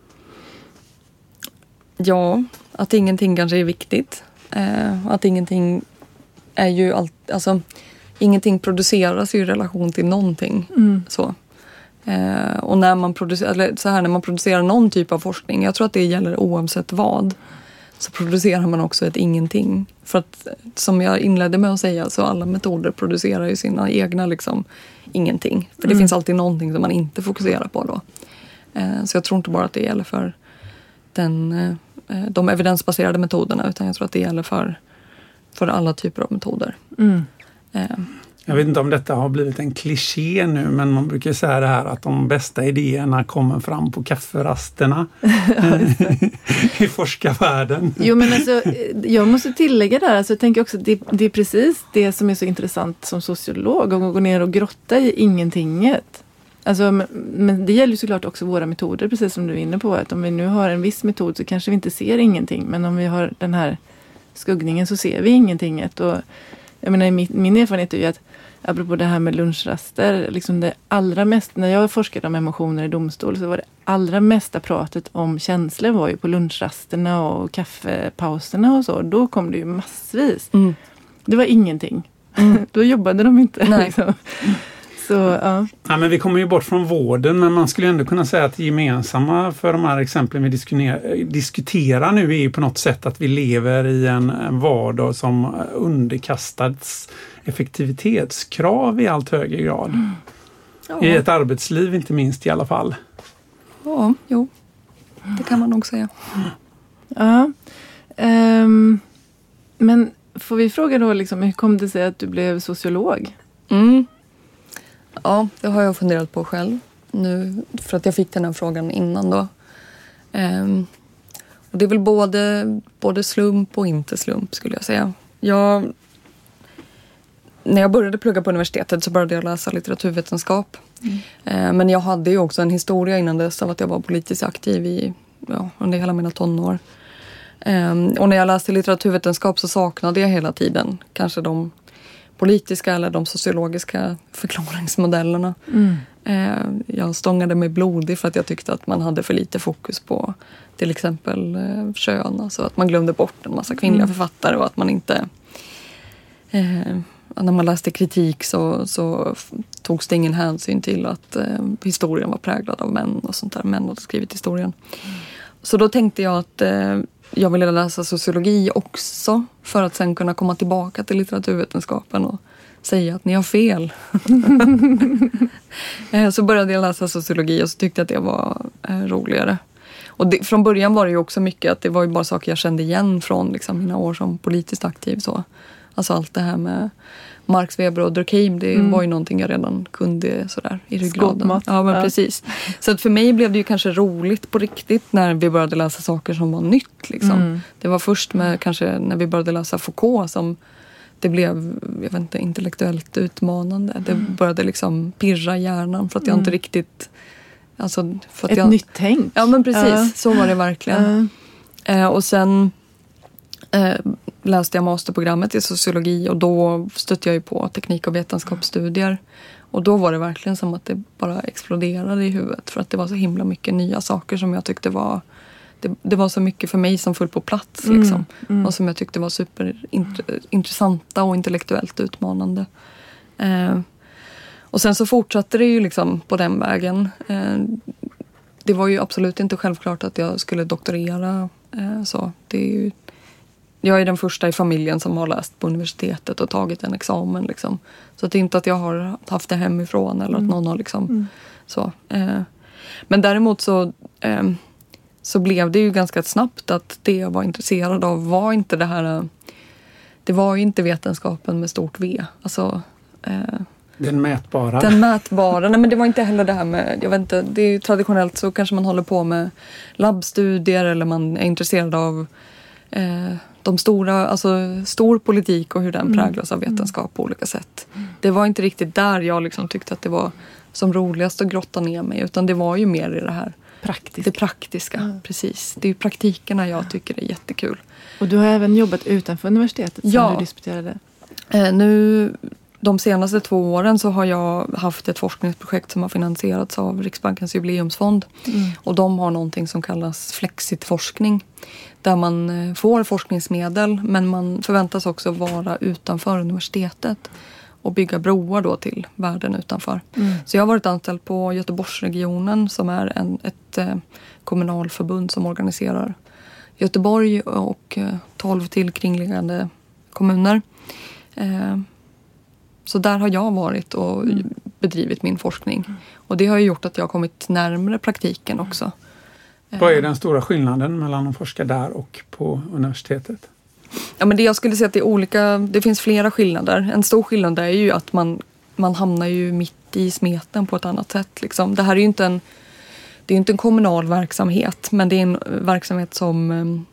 Ja, att ingenting kanske är viktigt. Eh, att ingenting är ju allt, alltså ingenting produceras ju i relation till någonting. Mm. Så. Eh, och när man producerar, eller så här, när man producerar någon typ av forskning, jag tror att det gäller oavsett vad, så producerar man också ett ingenting. För att, som jag inledde med att säga, så alla metoder producerar ju sina egna liksom ingenting. För det mm. finns alltid någonting som man inte fokuserar på då. Eh, så jag tror inte bara att det gäller för den, eh, de evidensbaserade metoderna, utan jag tror att det gäller för, för alla typer av metoder. Mm. Eh. Jag vet inte om detta har blivit en kliché nu, men man brukar säga det här att de bästa idéerna kommer fram på kafferasterna i forskarvärlden. Jo, men alltså, jag måste tillägga där, alltså, jag tänker också att det, det är precis det som är så intressant som sociolog, att gå ner och grotta i ingentinget. Alltså, men, men det gäller ju såklart också våra metoder, precis som du är inne på, att om vi nu har en viss metod så kanske vi inte ser ingenting, men om vi har den här skuggningen så ser vi ingentinget. Och jag menar, min, min erfarenhet är ju att apropå det här med lunchraster, liksom det allra mest, när jag forskade om emotioner i domstol så var det allra mesta pratet om känslor var ju på lunchrasterna och kaffepauserna och så. Då kom det ju massvis. Mm. Det var ingenting. Mm. Då jobbade de inte. Nej. Liksom. Så, ja. Ja, men vi kommer ju bort från vården, men man skulle ändå kunna säga att det gemensamma för de här exemplen vi diskuterar, diskuterar nu är ju på något sätt att vi lever i en, en vardag som underkastats effektivitetskrav i allt högre grad. Mm. Ja. I ett arbetsliv inte minst i alla fall. Ja, jo. Det kan man nog säga. Ja. Um, men får vi fråga då liksom, hur kom det sig att du blev sociolog? Mm. Ja, det har jag funderat på själv nu, för att jag fick den här frågan innan då. Um, Och det är väl både, både slump och inte slump skulle jag säga. Jag, när jag började plugga på universitetet så började jag läsa litteraturvetenskap. Mm. Eh, men jag hade ju också en historia innan dess av att jag var politiskt aktiv i, ja, under hela mina tonår. Eh, och när jag läste litteraturvetenskap så saknade jag hela tiden kanske de politiska eller de sociologiska förklaringsmodellerna. Mm. Eh, jag stångade mig blodig för att jag tyckte att man hade för lite fokus på till exempel eh, kön. Alltså att man glömde bort en massa kvinnliga mm. författare och att man inte... Eh, när man läste kritik så, så togs det ingen hänsyn till att eh, historien var präglad av män och sånt där. Män hade skrivit historien. Mm. Så då tänkte jag att eh, jag ville läsa sociologi också för att sen kunna komma tillbaka till litteraturvetenskapen och säga att ni har fel. Så började jag läsa sociologi och så tyckte jag att det var eh, roligare. Och det, från början var det ju också mycket att det var ju bara saker jag kände igen från liksom, mina år som politiskt aktiv. Så. Alltså allt det här med Marx, Weber och Durkheim, det mm. var ju någonting jag redan kunde sådär i ryggraden. Skåpmat. Ja, men ja. precis. Så att för mig blev det ju kanske roligt på riktigt när vi började läsa saker som var nytt. Liksom. Mm. Det var först med kanske när vi började läsa Foucault som det blev, jag vet inte, intellektuellt utmanande. Det började liksom pirra hjärnan för att jag mm. inte riktigt... Alltså, för att Ett jag, nytt tänk. Ja, men precis. Uh. Så var det verkligen. Uh. Eh, och sen eh, läste jag masterprogrammet i sociologi och då stötte jag ju på teknik- och vetenskapsstudier. Och då var det verkligen som att det bara exploderade i huvudet för att det var så himla mycket nya saker som jag tyckte var... Det, det var så mycket för mig som föll på plats liksom. Mm, mm. Och som jag tyckte var superintressanta och intellektuellt utmanande. Eh, och sen så fortsatte det ju liksom på den vägen. Eh, det var ju absolut inte självklart att jag skulle doktorera. Eh, så det är ju, jag är den första i familjen som har läst på universitetet och tagit en examen. Liksom. Så det är inte att jag har haft det hemifrån eller mm. att någon har liksom... Mm. Så. Eh, men däremot så... Eh, så blev det ju ganska snabbt att det jag var intresserad av var inte det här... Det var ju inte vetenskapen med stort V. Alltså... Eh, den mätbara. Den mätbara. Nej, men det var inte heller det här med... Jag vet inte, det är ju traditionellt så kanske man håller på med labbstudier eller man är intresserad av eh, de stora... Alltså stor politik och hur den präglas av vetenskap på olika sätt. Det var inte riktigt där jag liksom tyckte att det var som roligast att grotta ner mig. Utan det var ju mer i det här... Praktiska. Det praktiska, mm. precis. Det är ju praktikerna jag tycker är jättekul. Och du har även jobbat utanför universitetet sedan ja. du disputerade? Eh, nu, de senaste två åren så har jag haft ett forskningsprojekt som har finansierats av Riksbankens jubileumsfond. Mm. Och de har någonting som kallas flexitforskning. Där man eh, får forskningsmedel men man förväntas också vara utanför universitetet. Och bygga broar då till världen utanför. Mm. Så jag har varit anställd på Göteborgsregionen som är en, ett eh, kommunalförbund som organiserar Göteborg och eh, tolv tillkringliggande kommuner. Eh, så där har jag varit och mm. bedrivit min forskning. Mm. Och det har ju gjort att jag har kommit närmare praktiken också. Mm. Vad är den stora skillnaden mellan att forska där och på universitetet? Ja, men det jag skulle säga att det är olika, det finns flera skillnader. En stor skillnad är ju att man, man hamnar ju mitt i smeten på ett annat sätt. Liksom. Det här är ju inte en, det är inte en kommunal verksamhet, men det är en verksamhet som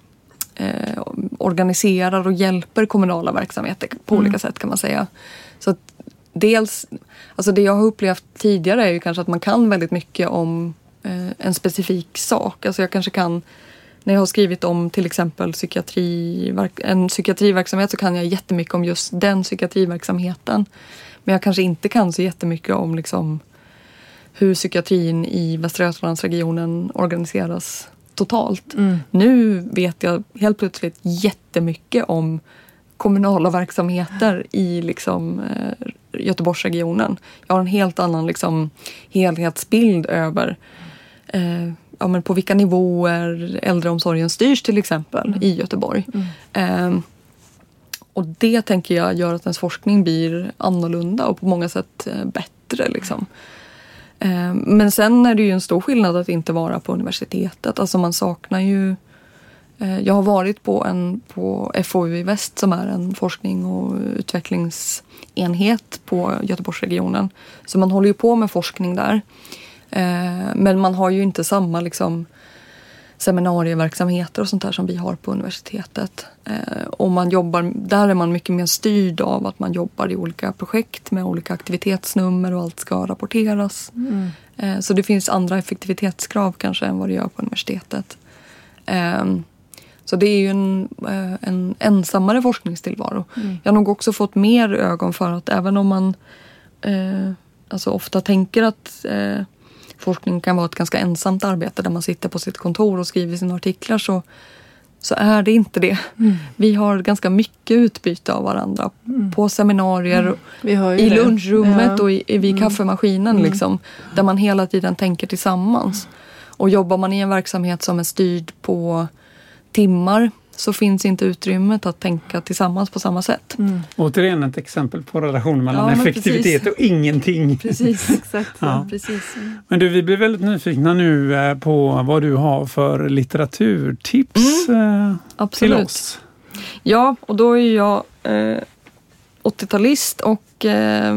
eh, organiserar och hjälper kommunala verksamheter på mm. olika sätt kan man säga. Så att dels, alltså det jag har upplevt tidigare är ju kanske att man kan väldigt mycket om eh, en specifik sak. Alltså jag kanske kan När jag har skrivit om till exempel psykiatri, en psykiatriverksamhet så kan jag jättemycket om just den psykiatriverksamheten. Men jag kanske inte kan så jättemycket om liksom hur psykiatrin i Västra Götalandsregionen organiseras totalt. Mm. Nu vet jag helt plötsligt jättemycket om kommunala verksamheter i liksom, eh, Göteborgsregionen. Jag har en helt annan liksom, helhetsbild över eh, ja, men på vilka nivåer äldreomsorgen styrs till exempel mm. i Göteborg. Mm. Eh, och det tänker jag gör att ens forskning blir annorlunda och på många sätt eh, bättre. Liksom. Eh, men sen är det ju en stor skillnad att inte vara på universitetet. Alltså man saknar ju... Eh, jag har varit på, en, på F O U i Väst som är en forskning- och utvecklingsenhet på Göteborgsregionen. Så man håller ju på med forskning där. Men man har ju inte samma liksom, seminarieverksamheter och sånt där som vi har på universitetet. Eh, och man jobbar, där är man mycket mer styrd av att man jobbar i olika projekt med olika aktivitetsnummer och allt ska rapporteras. Mm. Eh, så det finns andra effektivitetskrav kanske än vad det gör på universitetet. Eh, så det är ju en, eh, en ensammare forskningstillvaro. Mm. Jag har nog också fått mer ögon för att även om man eh, alltså ofta tänker att eh, forskning kan vara ett ganska ensamt arbete där man sitter på sitt kontor och skriver sina artiklar, så, så är det inte det. Mm. Vi har ganska mycket utbyte av varandra mm. på seminarier, mm. Vi har i det. lunchrummet ja. och i, i vid mm. kaffemaskinen mm. liksom, där man hela tiden tänker tillsammans. Och jobbar man i en verksamhet som är styrd på timmar så finns inte utrymmet att tänka tillsammans på samma sätt. Mm. Återigen ett exempel på relationen mellan ja, effektivitet precis. och ingenting. Precis, exakt. Ja. Precis. Men du, vi blir väldigt nyfikna nu på vad du har för litteraturtips mm. till oss. Ja, och då är jag eh, åttiotalist och eh,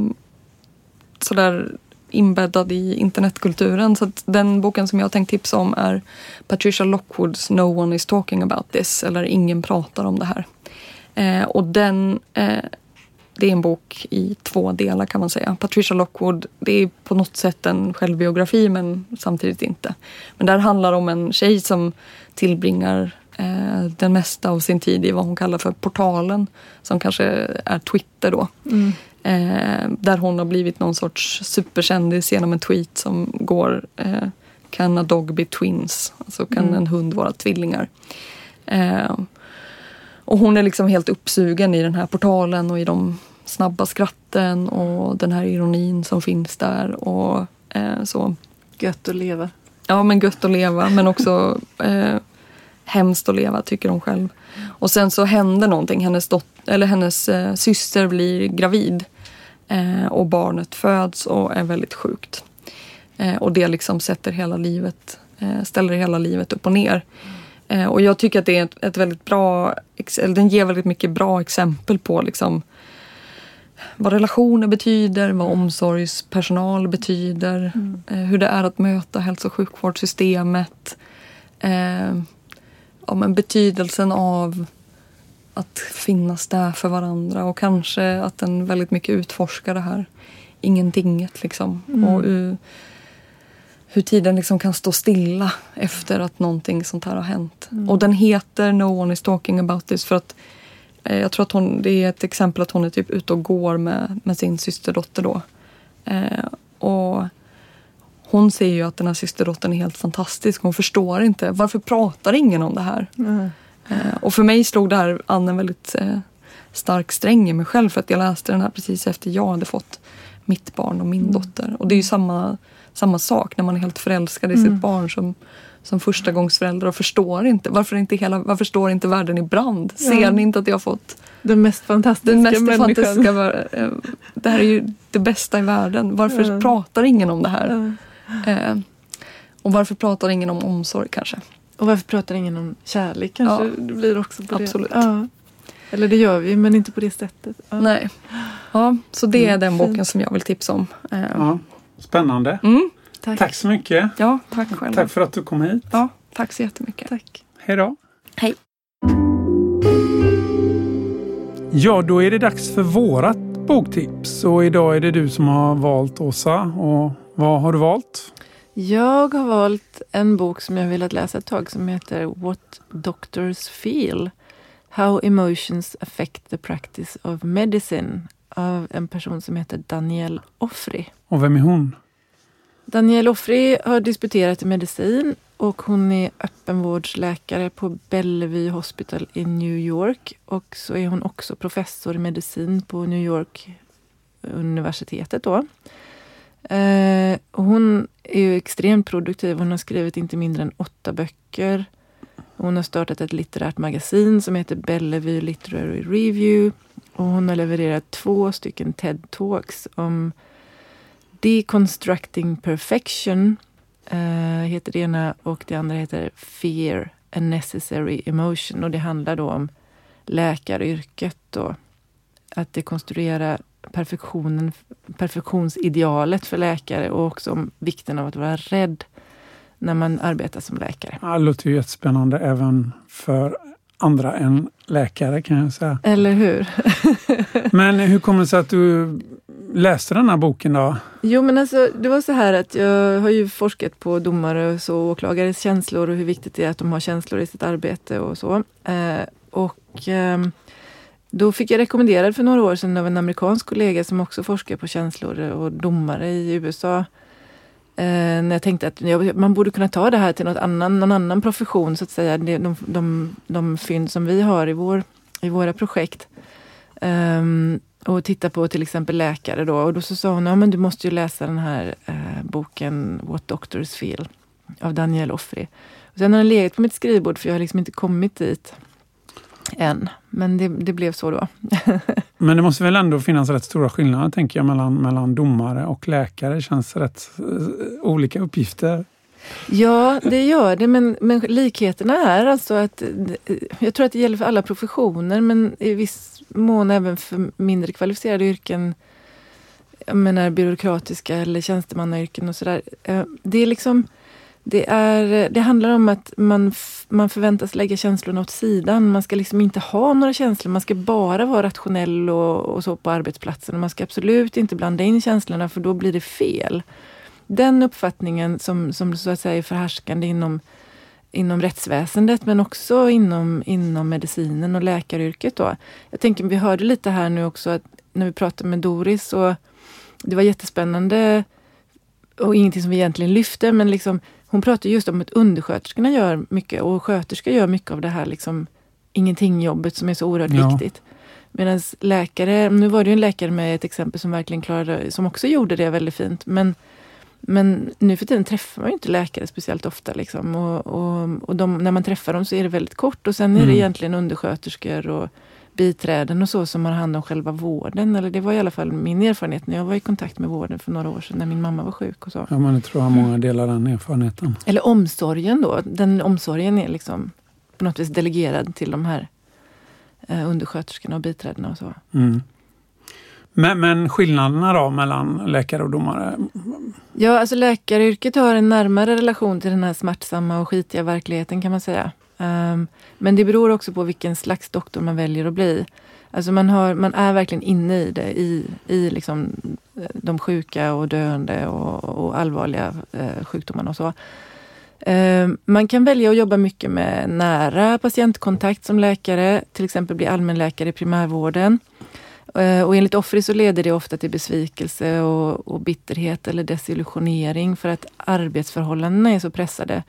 sådär inbäddad i internetkulturen. Så att den boken som jag har tänkt tipsa om är Patricia Lockwoods No One Is Talking About This, eller Ingen pratar om det här. Eh, och den, eh, det är en bok i två delar kan man säga. Patricia Lockwood, det är på något sätt en självbiografi men samtidigt inte. Men där handlar om en tjej som tillbringar eh, den mesta av sin tid i vad hon kallar för portalen, som kanske är Twitter då. Mm. Eh, där hon har blivit någon sorts superkändis genom en tweet som går eh, Can a dog be twins? Alltså kan mm. en hund vara tvillingar? Eh, och hon är liksom helt uppsugen i den här portalen och i de snabba skratten och den här ironin som finns där och eh, så. Gött att leva. Ja, men gött att leva, men också eh, hemskt att leva tycker hon själv. Och sen så händer någonting. Hennes, dot- eller hennes eh, syster blir gravid. Eh, och barnet föds och är väldigt sjukt. Eh, och det liksom sätter hela livet, eh, ställer hela livet upp och ner. Eh, och jag tycker att det är ett, ett väldigt bra, eller den ger väldigt mycket bra exempel på liksom vad relationer betyder, vad omsorgspersonal betyder, mm. eh, hur det är att möta hälso- och sjukvårdssystemet. Eh, ja, men betydelsen av att finnas där för varandra och kanske att den väldigt mycket utforskar det här ingentinget liksom. Mm. Och uh, hur tiden liksom kan stå stilla efter att någonting sånt här har hänt. Mm. Och den heter No One Is Talking About This för att eh, jag tror att hon, det är ett exempel att hon är typ ute och går med, med sin systerdotter då. Eh, och hon ser ju att den här systerdottern är helt fantastisk. Hon förstår inte, varför pratar ingen om det här? Mm. Eh, och för mig slog det här an en väldigt eh, stark sträng i mig själv. För att jag läste den här precis efter jag hade fått mitt barn och min mm. dotter. Och det är ju samma, samma sak när man är helt förälskad i mm. sitt barn som, som första gångs förälder och förstår inte. Varför, inte hela, varför står inte världen i brand? Ser ja. ni inte att jag har fått den mest fantastiska den mest människan? Fantastiska, eh, det här är ju det bästa i världen. Varför ja. pratar ingen om det här? Ja. Eh, och varför pratar ingen om omsorg kanske? Och varför pratar ingen om kärlek kanske? Ja, det blir också på absolut. det. Ja. Eller det gör vi, men inte på det sättet. Ja. Nej. Ja, så det är den boken som jag vill tipsa om. Ja, spännande. Mm. Tack. Tack så mycket. Ja, tack själv. Tack för att du kom hit. Ja, tack så jättemycket. Tack. Hej då. Hej. Ja, då är det dags för vårat boktips. Och idag är det du som har valt, Åsa. Och vad har du valt? Jag har valt en bok som jag velat läsa ett tag som heter What Doctors Feel. How Emotions Affect the Practice of Medicine av en person som heter Danielle Offry. Och vem är hon? Danielle Offry har disputerat i medicin och hon är öppenvårdsläkare på Bellevue Hospital i New York. Och så är hon också professor i medicin på New York universitetet då. Eh, och hon är ju extremt produktiv. Hon har skrivit inte mindre än åtta böcker. Hon har startat ett litterärt magasin som heter Bellevue Literary Review. Och hon har levererat två stycken TED-talks om Deconstructing Perfection eh, heter det ena, och det andra heter Fear, a Necessary Emotion. Och det handlar då om läkaryrket och att dekonstruera perfektionen, perfektionsidealet för läkare och också om vikten av att vara rädd när man arbetar som läkare. Ja, det låter ju jättespännande även för andra än läkare kan jag säga. Eller hur? Men hur kommer det sig att du läste den här boken då? Jo, men alltså det var så här att jag har ju forskat på domare och så, åklagares känslor och hur viktigt det är att de har känslor i sitt arbete och så. Eh, och eh, då fick jag rekommenderad för några år sedan av en amerikansk kollega som också forskar på känslor och domare i U S A. Eh, när jag tänkte att jag, man borde kunna ta det här till något annan, någon annan profession så att säga. De, de, de, de fynd som vi har i, vår, i våra projekt. Um, och titta på till exempel läkare då. Och då så sa hon, ja men du måste ju läsa den här eh, boken What Doctors Feel av Danielle Offry. Och sen har den legat på mitt skrivbord för jag har liksom inte kommit dit än. Men det, det blev så då. Men det måste väl ändå finnas rätt stora skillnader tänker jag mellan, mellan domare och läkare. Det känns rätt uh, olika uppgifter. Ja, det gör det. Men, men likheterna är alltså att jag tror att det gäller för alla professioner men i viss mån även för mindre kvalificerade yrken. Jag menar byråkratiska eller tjänstemannayrken och sådär. Det är liksom Det, är, det handlar om att man, f- man förväntas lägga känslorna åt sidan. Man ska liksom inte ha några känslor. Man ska bara vara rationell och, och så på arbetsplatsen. Och man ska absolut inte blanda in känslorna för då blir det fel. Den uppfattningen som, som så att säga är förhärskande inom, inom rättsväsendet men också inom, inom medicinen och läkaryrket då. Jag tänker, vi hörde lite här nu också att när vi pratade med Doris och det var jättespännande och ingenting som vi egentligen lyfte men liksom hon pratar just om att undersköterskorna gör mycket och sköterskor gör mycket av det här liksom ingenting-jobbet som är så oerhört ja. viktigt. Medan läkare, nu var det ju en läkare med ett exempel som verkligen klarade, som också gjorde det väldigt fint. Men, men nu för tiden träffar man ju inte läkare speciellt ofta liksom. Och, och, och de, när man träffar dem så är det väldigt kort och sen är det Mm. egentligen undersköterskor och biträden och så som har hand om själva vården. Eller det var i alla fall min erfarenhet när jag var i kontakt med vården för några år sedan när min mamma var sjuk och så. Ja, men jag tror att många delar den erfarenheten. Eller omsorgen då. Den omsorgen är liksom på något vis delegerad till de här eh, undersköterskorna och biträdena och så. Mm. Men, men skillnaderna då mellan läkare och domare? Ja, alltså läkaryrket har en närmare relation till den här smärtsamma och skitiga verkligheten kan man säga. Um, men det beror också på vilken slags doktor man väljer att bli. Alltså man, har, man är verkligen inne i det, i, i liksom de sjuka och döende och, och allvarliga eh, sjukdomarna och så. Um, man kan välja att jobba mycket med nära patientkontakt som läkare, till exempel bli allmänläkare i primärvården. Uh, och enligt Offry så leder det ofta till besvikelse och, och bitterhet eller desillusionering för att arbetsförhållandena är så pressade.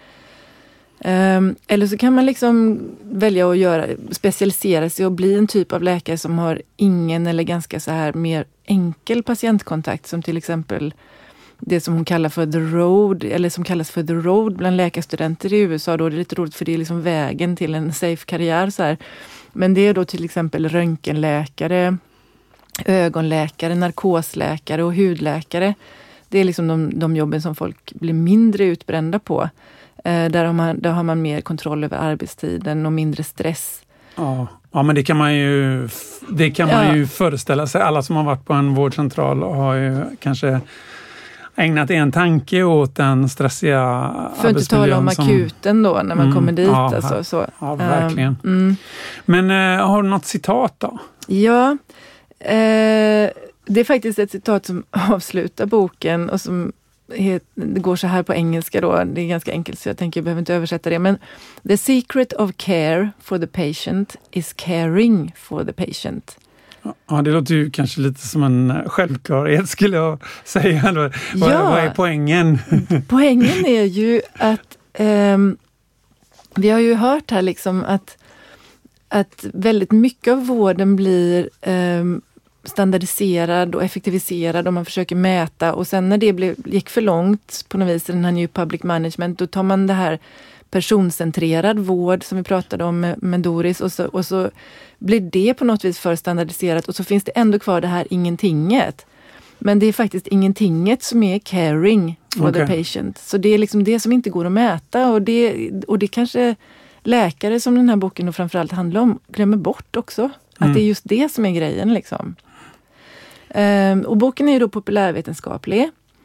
Um, eller så kan man liksom välja att göra, specialisera sig och bli en typ av läkare som har ingen eller ganska så här mer enkel patientkontakt som till exempel det som hon kallar för the road eller som kallas för the road bland läkarstudenter i U S A då. Det är lite roligt för det är liksom vägen till en safe karriär så här. Men det är då till exempel röntgenläkare, ögonläkare, narkosläkare och hudläkare. Det är liksom de, de jobben som folk blir mindre utbrända på. Eh, där, har man, där har man mer kontroll över arbetstiden och mindre stress. Ja, ja men det kan man ju det kan man ja. ju föreställa sig. Alla som har varit på en vårdcentral har ju kanske ägnat en tanke åt den stressiga arbetsmiljön. För att inte tala om som... akuten då när man mm, kommer dit. Ja, alltså, så. ja verkligen. Um, mm. Men eh, har du något citat då? Ja, eh, det är faktiskt ett citat som avslutar boken och som het, det går så här på engelska då. Det är ganska enkelt så jag tänker jag behöver inte översätta det. Men the secret of care for the patient is caring for the patient. Ja, det låter ju kanske lite som en självklarhet skulle jag säga. Vad, ja, vad är poängen? Poängen är ju att um, vi har ju hört här liksom att, att väldigt mycket av vården blir um, standardiserad och effektiviserad och man försöker mäta och sen när det blev, gick för långt på något vis i den här New Public Management då tar man det här personcentrerad vård som vi pratade om med, med Doris och så, och så blir det på något vis för standardiserat och så finns det ändå kvar det här ingentinget. Men det är faktiskt ingentinget som är caring for okay. the patient. Så det är liksom det som inte går att mäta och det, och det kanske läkare som den här boken och framförallt handlar om glömmer bort också. Att mm. det är just det som är grejen liksom. Um, och boken är ju då populärvetenskaplig.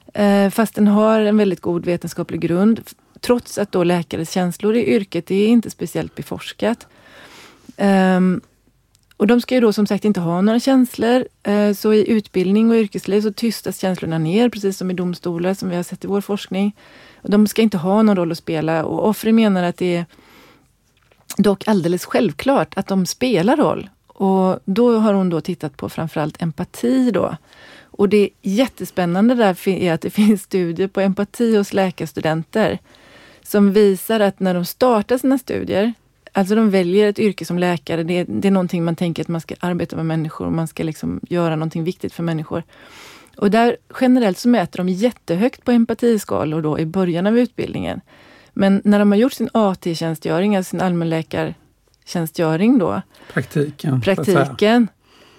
Eh, fast den har en väldigt god vetenskaplig grund. Trots att då läkares känslor i yrket är inte speciellt beforskat. Um, och de ska ju då som sagt inte ha några känslor. Uh, så i utbildning och yrkesliv så tystas känslorna ner, precis som i domstolar som vi har sett i vår forskning. Och de ska inte ha någon roll att spela. Och Offrey menar att det är dock alldeles självklart att de spelar roll. Och då har hon då tittat på framförallt empati då. Och det jättespännande där är att det finns studier på empati hos läkarstudenter som visar att när de startar sina studier, alltså de väljer ett yrke som läkare, det är, det är någonting man tänker att man ska arbeta med människor och man ska liksom göra någonting viktigt för människor. Och där generellt så mäter de jättehögt på empatiskalor då i början av utbildningen. Men när de har gjort sin A T-tjänstgöring, alltså sin allmänläkartjänstgöring då, praktiken, praktiken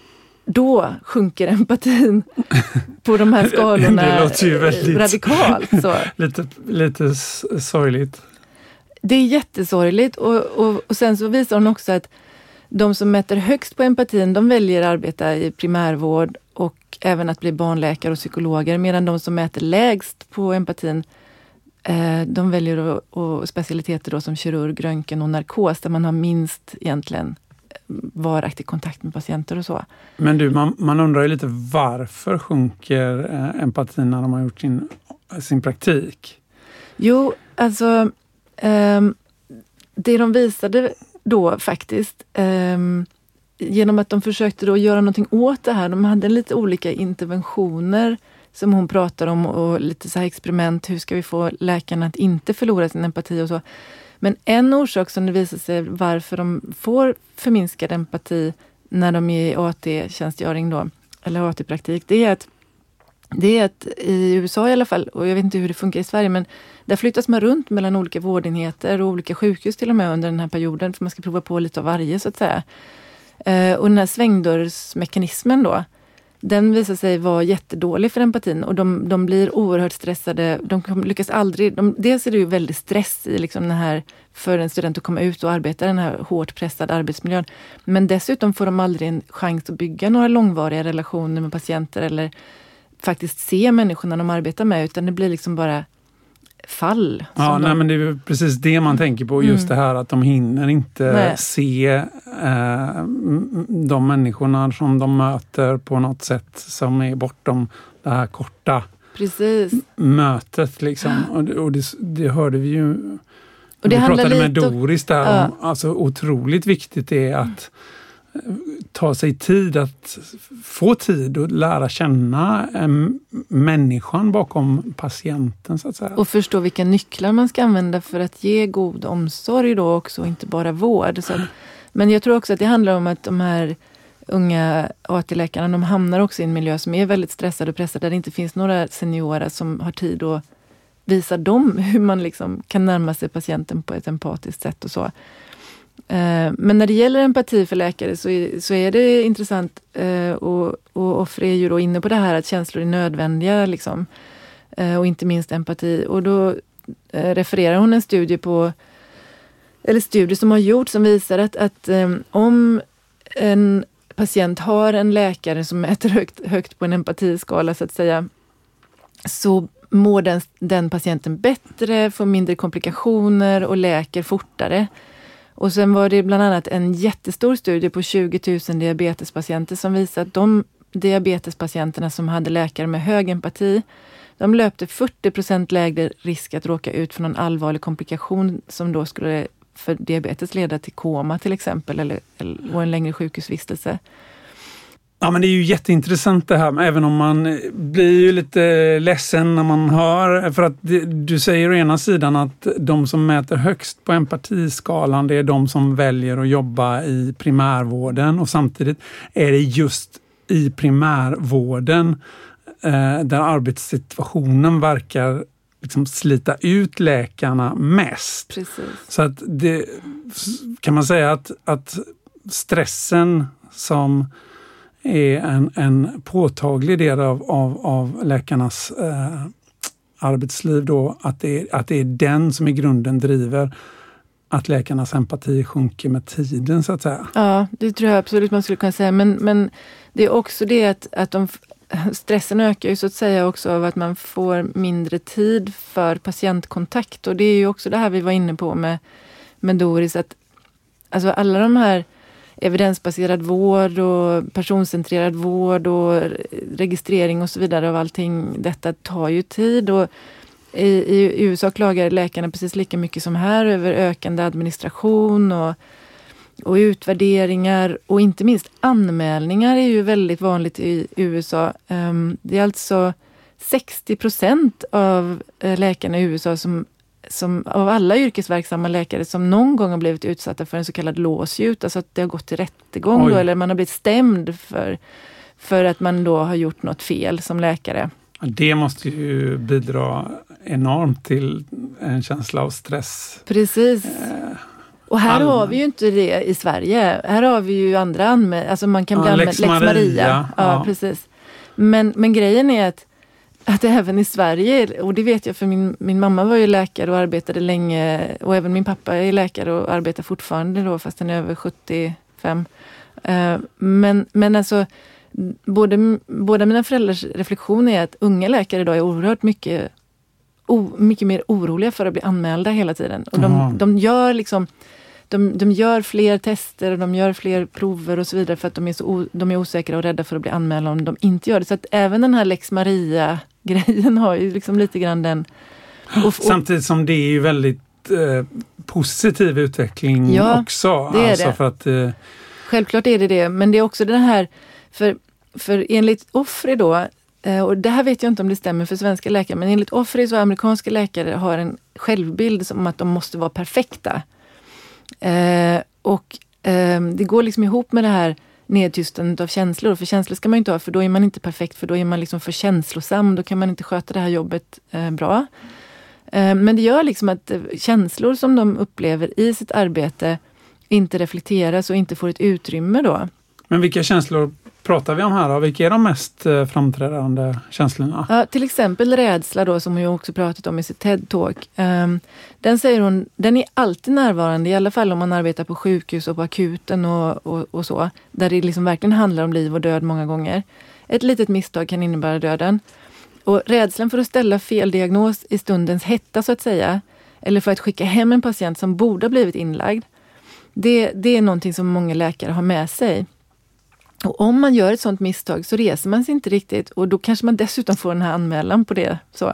då sjunker empatin på de här skalorna det låter ju väldigt, radikalt. Så. lite, lite sorgligt. Det är jättesorgligt och, och, och sen så visar hon också att de som mäter högst på empatin, de väljer att arbeta i primärvård och även att bli barnläkare och psykologer, medan de som mäter lägst på empatin, eh, de väljer då, och specialiteter då som kirurg, röntgen och narkos, där man har minst egentligen varaktig kontakt med patienter och så. Men du, man, man undrar ju lite varför sjunker eh, empatin när de har gjort sin, sin praktik? Jo, alltså eh, det de visade då faktiskt eh, genom att de försökte då göra någonting åt det här. De hade lite olika interventioner som hon pratar om och lite så här experiment. Hur ska vi få läkarna att inte förlora sin empati och så. Men en orsak som det visar sig varför de får förminskad empati när de är i A T-tjänstgöring då, eller A T-praktik, det är att det är att i U S A i alla fall, och jag vet inte hur det funkar i Sverige, men där flyttas man runt mellan olika vårdenheter och olika sjukhus till och med under den här perioden, för man ska prova på lite av varje så att säga. Eh, och den här svängdörrsmekanismen då, den visar sig vara jättedålig för empatin och de, de blir oerhört stressade. De lyckas aldrig, de, dels är det ju väldigt stress i liksom den här, för en student att komma ut och arbeta i den här hårt pressade arbetsmiljön. Men dessutom får de aldrig en chans att bygga några långvariga relationer med patienter eller faktiskt se människorna de arbetar med, utan det blir liksom bara fall. Ja, nej, de... men det är ju precis det man tänker på, just mm. det här att de hinner inte nej. se eh, de människorna som de möter på något sätt som är bortom det här korta precis. mötet liksom. Och, det, och det, det hörde vi ju, och det vi pratade med lite Doris där ja. om, alltså otroligt viktigt det är att ta sig tid, att få tid att lära känna äm, människan bakom patienten så att säga. Och förstå vilka nycklar man ska använda för att ge god omsorg då också, inte bara vård. Så att, men jag tror också att det handlar om att de här unga A T-läkarna, de hamnar också i en miljö som är väldigt stressad och pressad, där det inte finns några seniorer som har tid att visa dem hur man liksom kan närma sig patienten på ett empatiskt sätt och så. Men när det gäller empati för läkare så är, så är det intressant och, och Offrey är ju då inne på det här att känslor är nödvändiga liksom, och inte minst empati. Och då refererar hon en studie på, eller studie som har gjorts som visar att, att om en patient har en läkare som mäter högt, högt på en empatiskala så att säga, så mår den, den patienten bättre, får mindre komplikationer och läker fortare. Och sen var det bland annat en jättestor studie på tjugo tusen diabetespatienter som visade att de diabetespatienterna som hade läkare med hög empati, de löpte fyrtio procent lägre risk att råka ut för någon allvarlig komplikation som då skulle för diabetes leda till koma till exempel eller, eller en längre sjukhusvistelse. Ja, men det är ju jätteintressant det här, även om man blir ju lite ledsen när man hör, för att det, du säger å ena sidan att de som mäter högst på empatiskalan, det är de som väljer att jobba i primärvården, och samtidigt är det just i primärvården eh, där arbetssituationen verkar liksom slita ut läkarna mest. Precis. Så att det kan man säga att, att stressen som är en, en påtaglig del av, av, av läkarnas eh, arbetsliv då, att det, är, att det är den som i grunden driver att läkarnas empati sjunker med tiden så att säga. Ja, det tror jag absolut man skulle kunna säga, men, men det är också det att, att de stressen ökar ju så att säga också av att man får mindre tid för patientkontakt. Och det är ju också det här vi var inne på med, med Doris, att alltså alla de här evidensbaserad vård och personcentrerad vård och registrering och så vidare av allting, detta tar ju tid. Och i, i U S A klagar läkarna precis lika mycket som här över ökande administration och, och utvärderingar och inte minst anmälningar är ju väldigt vanligt i U S A. Um, det är alltså sextio procent av läkarna i U S A som som av alla yrkesverksamma läkare som någon gång har blivit utsatta för en så kallad lawsuit, alltså att det har gått till rättegång då, eller man har blivit stämd för, för att man då har gjort något fel som läkare. Det måste ju bidra enormt till en känsla av stress. Precis. Eh, och här allmän. har vi ju inte det i Sverige. Här har vi ju andra anmälningar. Alltså man kan ja, bli anmäld. Lex Lex Maria. Maria. Ja, Ja, precis. Men, men grejen är att Att även i Sverige, och det vet jag för min, min mamma var ju läkare och arbetade länge, och även min pappa är läkare och arbetar fortfarande då, fast han är över sjuttiofem. Uh, men, men alltså, både, båda mina föräldrars reflektion är att unga läkare idag är oerhört mycket, o, mycket mer oroliga för att bli anmälda hela tiden. Och de, mm. de gör liksom De, de gör fler tester och de gör fler prover och så vidare för att de är, så o, de är osäkra och rädda för att bli anmälda om de inte gör det. Så att även den här Lex Maria-grejen har ju liksom lite grann den... Och, och, samtidigt som det är ju väldigt eh, positiv utveckling ja, också. Det är alltså det. För att, eh, självklart är det det, men det är också den här... För, för enligt Offri då, och det här vet jag inte om det stämmer för svenska läkare, men enligt Offri så amerikanska läkare har en självbild som att de måste vara perfekta. Eh, och eh, det går liksom ihop med det här nedtystandet av känslor, för känslor ska man ju inte ha, för då är man inte perfekt, för då är man liksom för känslosam, då kan man inte sköta det här jobbet eh, bra. Eh, men det gör liksom att eh, känslor som de upplever i sitt arbete inte reflekteras och inte får ett utrymme då. Men vilka känslor pratar vi om här då? Vilka är de mest eh, framträdande känslorna? Ja, till exempel rädsla då, som hon ju också pratat om i sitt TED-talk. Um, den säger hon, den är alltid närvarande, i alla fall om man arbetar på sjukhus och på akuten och, och, och så. Där det liksom verkligen handlar om liv och död många gånger. Ett litet misstag kan innebära döden. Och rädslan för att ställa fel diagnos i stundens hetta så att säga, eller för att skicka hem en patient som borde ha blivit inlagd. Det, det är någonting som många läkare har med sig. Och om man gör ett sånt misstag så reser man sig inte riktigt, och då kanske man dessutom får den här anmälan på det. Så,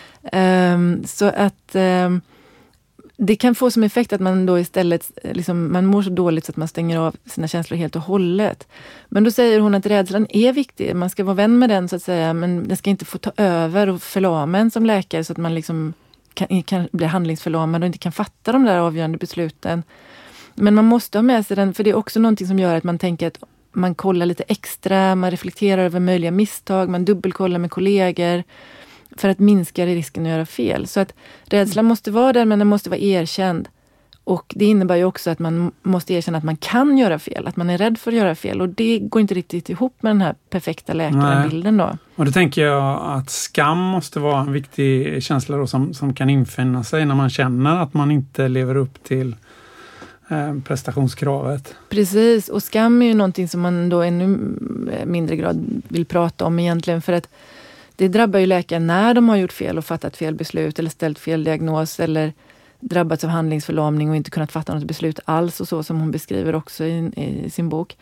um, så att um, det kan få som effekt att man då istället liksom, man mår så dåligt så att man stänger av sina känslor helt och hållet. Men då säger hon att rädslan är viktig. Man ska vara vän med den så att säga, men den ska inte få ta över och förlama en som läkare så att man liksom kan, kan bli handlingsförlamad och inte kan fatta de där avgörande besluten. Men man måste ha med sig den, för det är också någonting som gör att man tänker att man kollar lite extra, man reflekterar över möjliga misstag, man dubbelkollar med kollegor för att minska risken att göra fel. Så att rädslan måste vara där, men den måste vara erkänd. Och det innebär ju också att man måste erkänna att man kan göra fel, att man är rädd för att göra fel. Och det går inte riktigt ihop med den här perfekta läkaren-bilden då. Och då tänker jag att skam måste vara en viktig känsla då, som, som kan infinna sig när man känner att man inte lever upp till prestationskravet. Precis, och skam är ju någonting som man då ännu mindre grad vill prata om egentligen, för att det drabbar ju läkaren när de har gjort fel och fattat fel beslut eller ställt fel diagnos eller drabbats av handlingsförlamning och inte kunnat fatta något beslut alls, och så som hon beskriver också i, i sin bok.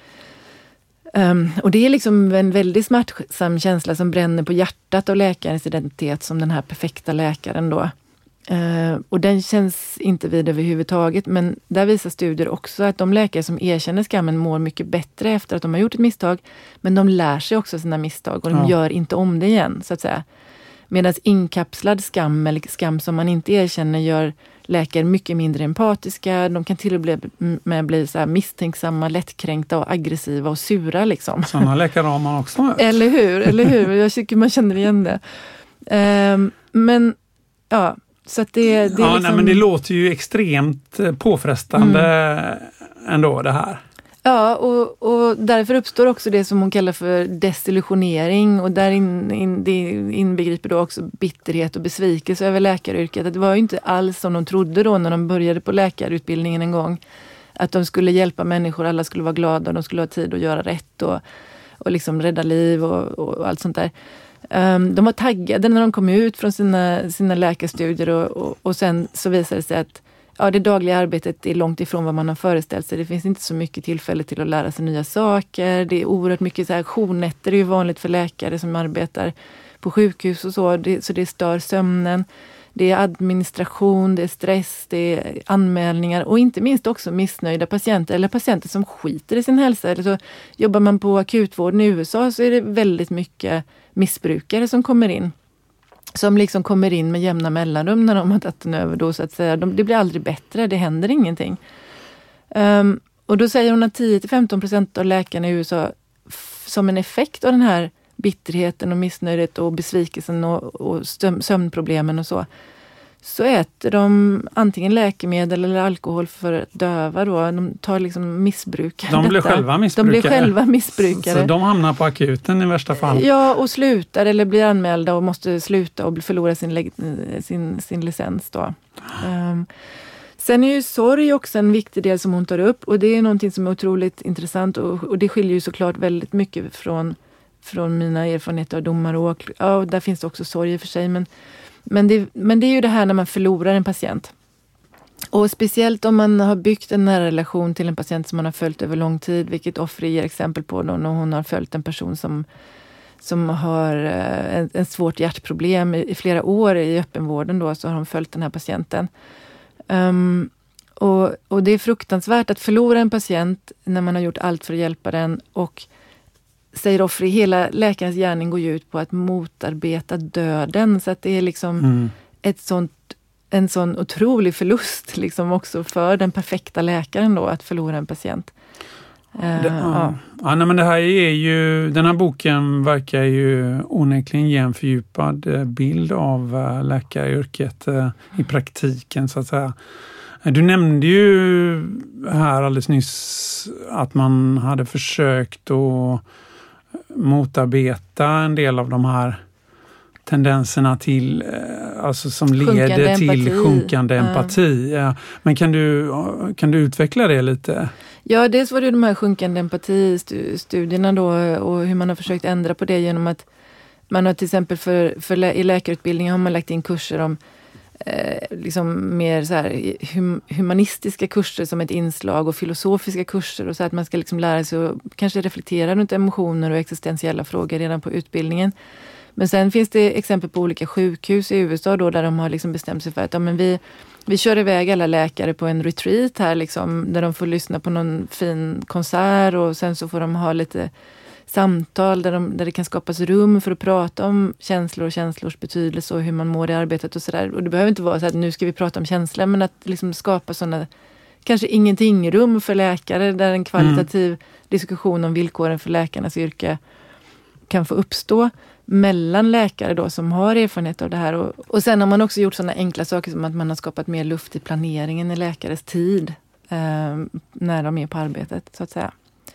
Um, och det är liksom en väldigt smärtsam känsla som bränner på hjärtat av läkarens identitet som den här perfekta läkaren då. Uh, och den känns inte vid överhuvudtaget, men där visar studier också att de läkare som erkänner skammen mår mycket bättre efter att de har gjort ett misstag, men de lär sig också sina misstag och de ja. gör inte om det igen så att säga. Medan inkapslad skam eller skam som man inte erkänner gör läkare mycket mindre empatiska, de kan till och med bli så här misstänksamma, lättkränkta och aggressiva och sura liksom. Sådana läkare har man också mött. Eller hur, eller hur, jag tycker man känner igen det. Uh, men ja, så att det, det, ja, liksom... nej, men det låter ju extremt påfrestande mm. ändå det här. Ja, och, och därför uppstår också det som hon kallar för desillusionering, och där in, in, det inbegriper då också bitterhet och besvikelse över läkaryrket. Att det var ju inte alls som de trodde då när de började på läkarutbildningen en gång. Att de skulle hjälpa människor, alla skulle vara glada och de skulle ha tid att göra rätt. Och, och liksom rädda liv och, och allt sånt där. Um, de var taggade när de kom ut från sina, sina läkarstudier och, och, och sen så visade det sig att ja, det dagliga arbetet är långt ifrån vad man har föreställt sig. Det finns inte så mycket tillfälle till att lära sig nya saker. Det är oerhört mycket så här, journätter är ju vanligt för läkare som arbetar på sjukhus och så. Det, så det stör sömnen. Det är administration, det är stress, det är anmälningar och inte minst också missnöjda patienter eller patienter som skiter i sin hälsa. Eller så jobbar man på akutvården i U S A så är det väldigt mycket missbrukare som kommer in. Som liksom kommer in med jämna mellanrum när de har tagit en överdos. Att säga. De, det blir aldrig bättre, det händer ingenting. Um, och då säger hon att tio till femton procent av läkarna i U S A f- som en effekt av den här bitterheten och missnöjet och besvikelsen och, och söm- sömnproblemen och så. Så äter de antingen läkemedel eller alkohol för att döva då. De tar liksom missbrukare. De blir själva missbrukare. De blir själva missbrukare. Så de hamnar på akuten i värsta fall. Ja, och slutar eller blir anmälda och måste sluta och förlora sin, leg- sin, sin licens då. Um, sen är ju sorg också en viktig del som hon tar upp. Och det är någonting som är otroligt intressant. Och, och det skiljer ju såklart väldigt mycket från, från mina erfarenheter av domar och ja, där finns det också sorg i och för sig. Men, men, det, men det är ju det här när man förlorar en patient. Och speciellt om man har byggt en nära relation till en patient som man har följt över lång tid, vilket Offri ger exempel på då, när hon har följt en person som, som har en, en svårt hjärtproblem i, i flera år i öppenvården då, så har hon följt den här patienten. Um, och, och det är fruktansvärt att förlora en patient när man har gjort allt för att hjälpa den, och säger Offri, hela läkarens gärning går ju ut på att motarbeta döden, så att det är liksom mm. ett sånt en sån otrolig förlust liksom också för den perfekta läkaren då, att förlora en patient. Uh, det, ja. Ja, nej, men det här är ju, den här boken verkar ju onekligen ge en fördjupad bild av läkaryrket i praktiken så att säga. Du nämnde ju här alldeles nyss att man hade försökt att motarbeta en del av de här tendenserna till, alltså som sjunkande leder till empati. sjunkande empati. Ja. Men kan du, kan du utveckla det lite? Ja, dels var det de här sjunkande empatistudierna då, och hur man har försökt ändra på det genom att man har till exempel för, för lä- i läkarutbildningen har man lagt in kurser om eh, liksom mer så här hum, humanistiska kurser som ett inslag och filosofiska kurser, och så att man ska liksom lära sig att kanske reflektera runt emotioner och existentiella frågor redan på utbildningen. Men sen finns det exempel på olika sjukhus i U S A då, där de har liksom bestämt sig för att ja, men vi, vi kör iväg alla läkare på en retreat här liksom, där de får lyssna på någon fin konsert, och sen så får de ha lite samtal där, de, där det kan skapas rum för att prata om känslor och känslors betydelse och hur man mår i arbetet och sådär. Och det behöver inte vara så att nu ska vi prata om känslor, men att liksom skapa sådana kanske ingenting-rum för läkare där en kvalitativ mm. diskussion om villkoren för läkarnas yrke kan få uppstå mellan läkare då som har erfarenhet av det här. Och, och sen har man också gjort sådana enkla saker som att man har skapat mer luft i planeringen i läkares tid eh, när de är på arbetet, så att säga.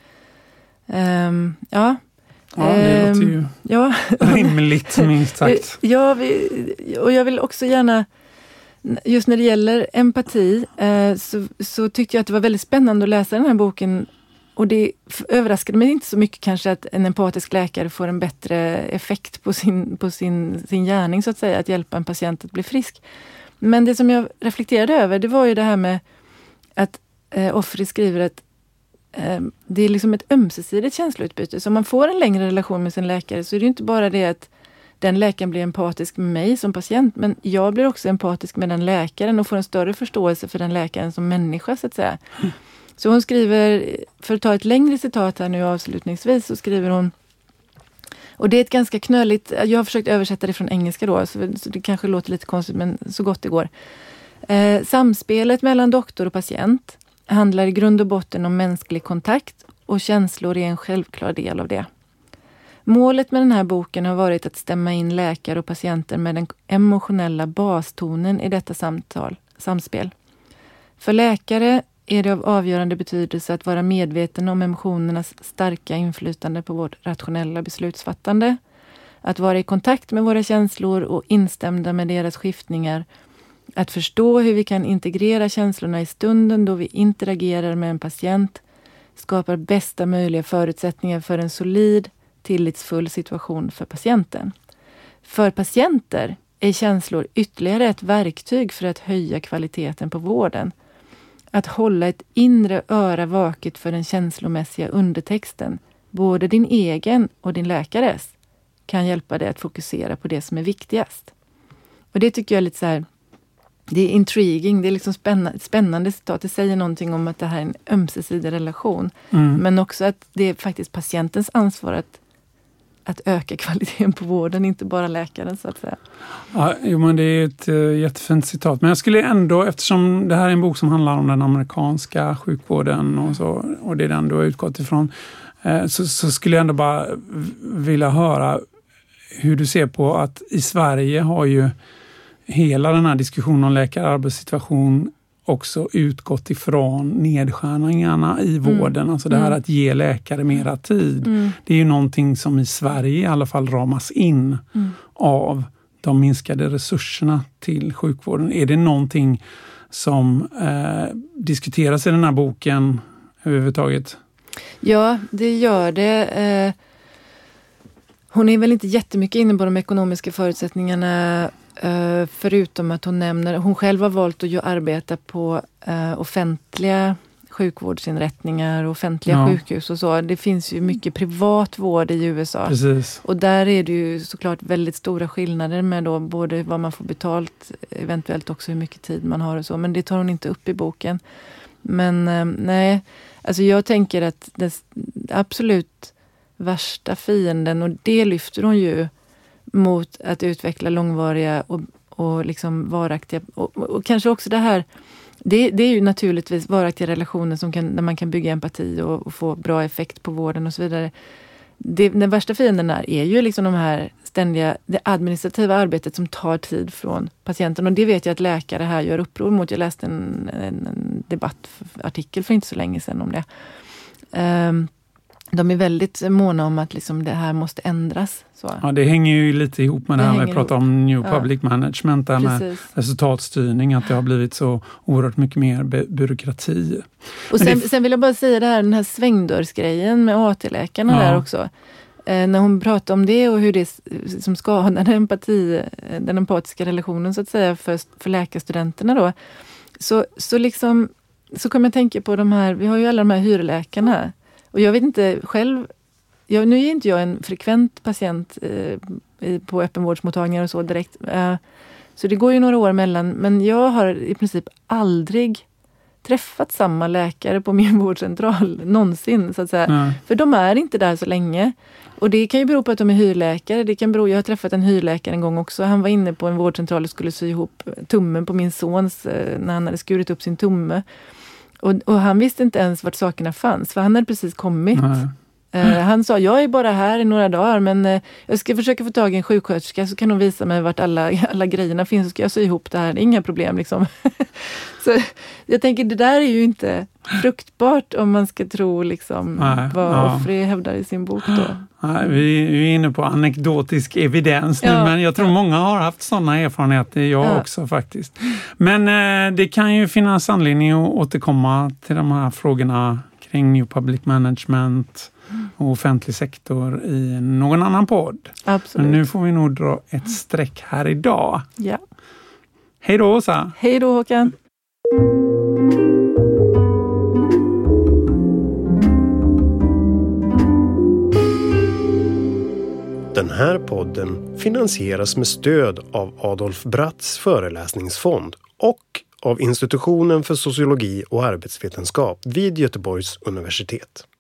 Um, ja. Ja, det låter ju ja. rimligt minst sagt. Ja, vi, och jag vill också gärna, just när det gäller empati, eh, så, så tyckte jag att det var väldigt spännande att läsa den här boken. Och det överraskade mig inte så mycket kanske att en empatisk läkare får en bättre effekt på sin, på sin, sin gärning så att säga, att hjälpa en patient att bli frisk. Men det som jag reflekterade över, det var ju det här med att eh, Offri skriver att eh, det är liksom ett ömsesidigt känsloutbyte. Så om man får en längre relation med sin läkare så är det ju inte bara det att den läkaren blir empatisk med mig som patient, men jag blir också empatisk med den läkaren och får en större förståelse för den läkaren som människa så att säga. Mm. Så hon skriver, för att ta ett längre citat här nu avslutningsvis, så skriver hon, och det är ett ganska knöligt, jag har försökt översätta det från engelska då, så det kanske låter lite konstigt, men så gott det går. Eh, samspelet mellan doktor och patient handlar i grund och botten om mänsklig kontakt, och känslor är en självklar del av det. Målet med den här boken har varit att stämma in läkare och patienter med den emotionella bastonen i detta samtal, samspel. För läkare är det av avgörande betydelse att vara medveten om emotionernas starka inflytande på vårt rationella beslutsfattande. Att vara i kontakt med våra känslor och instämda med deras skiftningar. Att förstå hur vi kan integrera känslorna i stunden då vi interagerar med en patient. skapar bästa möjliga förutsättningar för en solid, tillitsfull situation för patienten. För patienter är känslor ytterligare ett verktyg för att höja kvaliteten på vården. Att hålla ett inre öra vaket för den känslomässiga undertexten, både din egen och din läkares, kan hjälpa dig att fokusera på det som är viktigast. Och det tycker jag är lite så här, det är intriguing, det är liksom spännande, spännande citat. Det säger någonting om att det här är en ömsesidig relation. Mm. Men också att det är faktiskt patientens ansvar att, att öka kvaliteten på vården, inte bara läkaren så att säga. Ja, jo, men det är ett uh, jättefint citat. Men jag skulle ändå, eftersom det här är en bok som handlar om den amerikanska sjukvården och, så, och det är den du har utgått ifrån, uh, så, så skulle jag ändå bara vilja höra hur du ser på att i Sverige har ju hela den här diskussionen om läkararbetssituation också utgått ifrån nedskärningarna i vården. Mm. Alltså det här att ge läkare mera tid. Mm. Det är ju någonting som i Sverige i alla fall ramas in mm. av de minskade resurserna till sjukvården. Är det någonting som eh, diskuteras i den här boken överhuvudtaget? Ja, det gör det. Eh, hon är väl inte jättemycket inne på de ekonomiska förutsättningarna. Uh, förutom att hon nämner, hon själv har valt att arbeta på uh, offentliga sjukvårdsinrättningar, offentliga ja. sjukhus och så. Det finns ju mycket privat vård i U S A. Precis. Och där är det ju såklart väldigt stora skillnader med då både vad man får betalt, eventuellt också hur mycket tid man har och så. Men det tar hon inte upp i boken. Men uh, nej, alltså jag tänker att det absolut värsta fienden, och det lyfter hon ju mot att utveckla långvariga och, och liksom varaktiga och, och, och kanske också det här, det, det är ju naturligtvis varaktiga relationer som kan, där man kan bygga empati och, och få bra effekt på vården och så vidare. Det, den värsta fienden är, är ju liksom de här ständiga, det administrativa arbetet som tar tid från patienten, och det vet jag att läkare här gör uppror mot. Jag läste en, en, en debattartikel för inte så länge sedan om det. Um, De är väldigt måna om att liksom det här måste ändras. Så. Ja, det hänger ju lite ihop med det, det här med att prata om New ja. Public Management, där med resultatstyrning, att det har blivit så oerhört mycket mer by- byråkrati. Och sen, det... sen vill jag bara säga det här, den här svängdörrsgrejen med A T-läkarna ja. där också. Eh, när hon pratar om det och hur det som skadar empati, den empatiska relationen så att säga för, för läkarstudenterna då. Så, så liksom, så kommer jag tänka på de här, vi har ju alla de här hyrläkarna. Och jag vet inte själv, jag, nu är inte jag en frekvent patient eh, i, på öppenvårdsmottagningar och så direkt. Eh, så det går ju några år emellan. Men jag har i princip aldrig träffat samma läkare på min vårdcentral någonsin. Så att säga. Mm. För de är inte där så länge. Och det kan ju bero på att de är hyrläkare. Det kan bero, jag har träffat en hyrläkare en gång också. Han var inne på en vårdcentral och skulle sy ihop tummen på min sons eh, när han hade skurit upp sin tumme. Och, och han visste inte ens vart sakerna fanns. För han hade precis kommit. Mm. Uh, han sa, jag är bara här i några dagar. Men uh, jag ska försöka få tag i en sjuksköterska. Så kan hon visa mig vart alla, alla grejerna finns. Så ska jag sy ihop det här. Det är inga problem liksom. Så jag tänker, det där är ju inte fruktbart. Om man ska tro liksom Nej, vad ja. Offrey hävdar i sin bok då. Nej, vi är inne på anekdotisk evidens nu, ja. Men jag tror många har haft sådana erfarenheter, jag ja. också faktiskt. Men eh, det kan ju finnas anledning att återkomma till de här frågorna kring New Public Management och offentlig sektor i någon annan podd. Absolut. Men nu får vi nog dra ett streck här idag. Ja. Hej då, Åsa! Hej då, Håkan! Den här podden finansieras med stöd av Adolf Bratts föreläsningsfond och av Institutionen för sociologi och arbetsvetenskap vid Göteborgs universitet.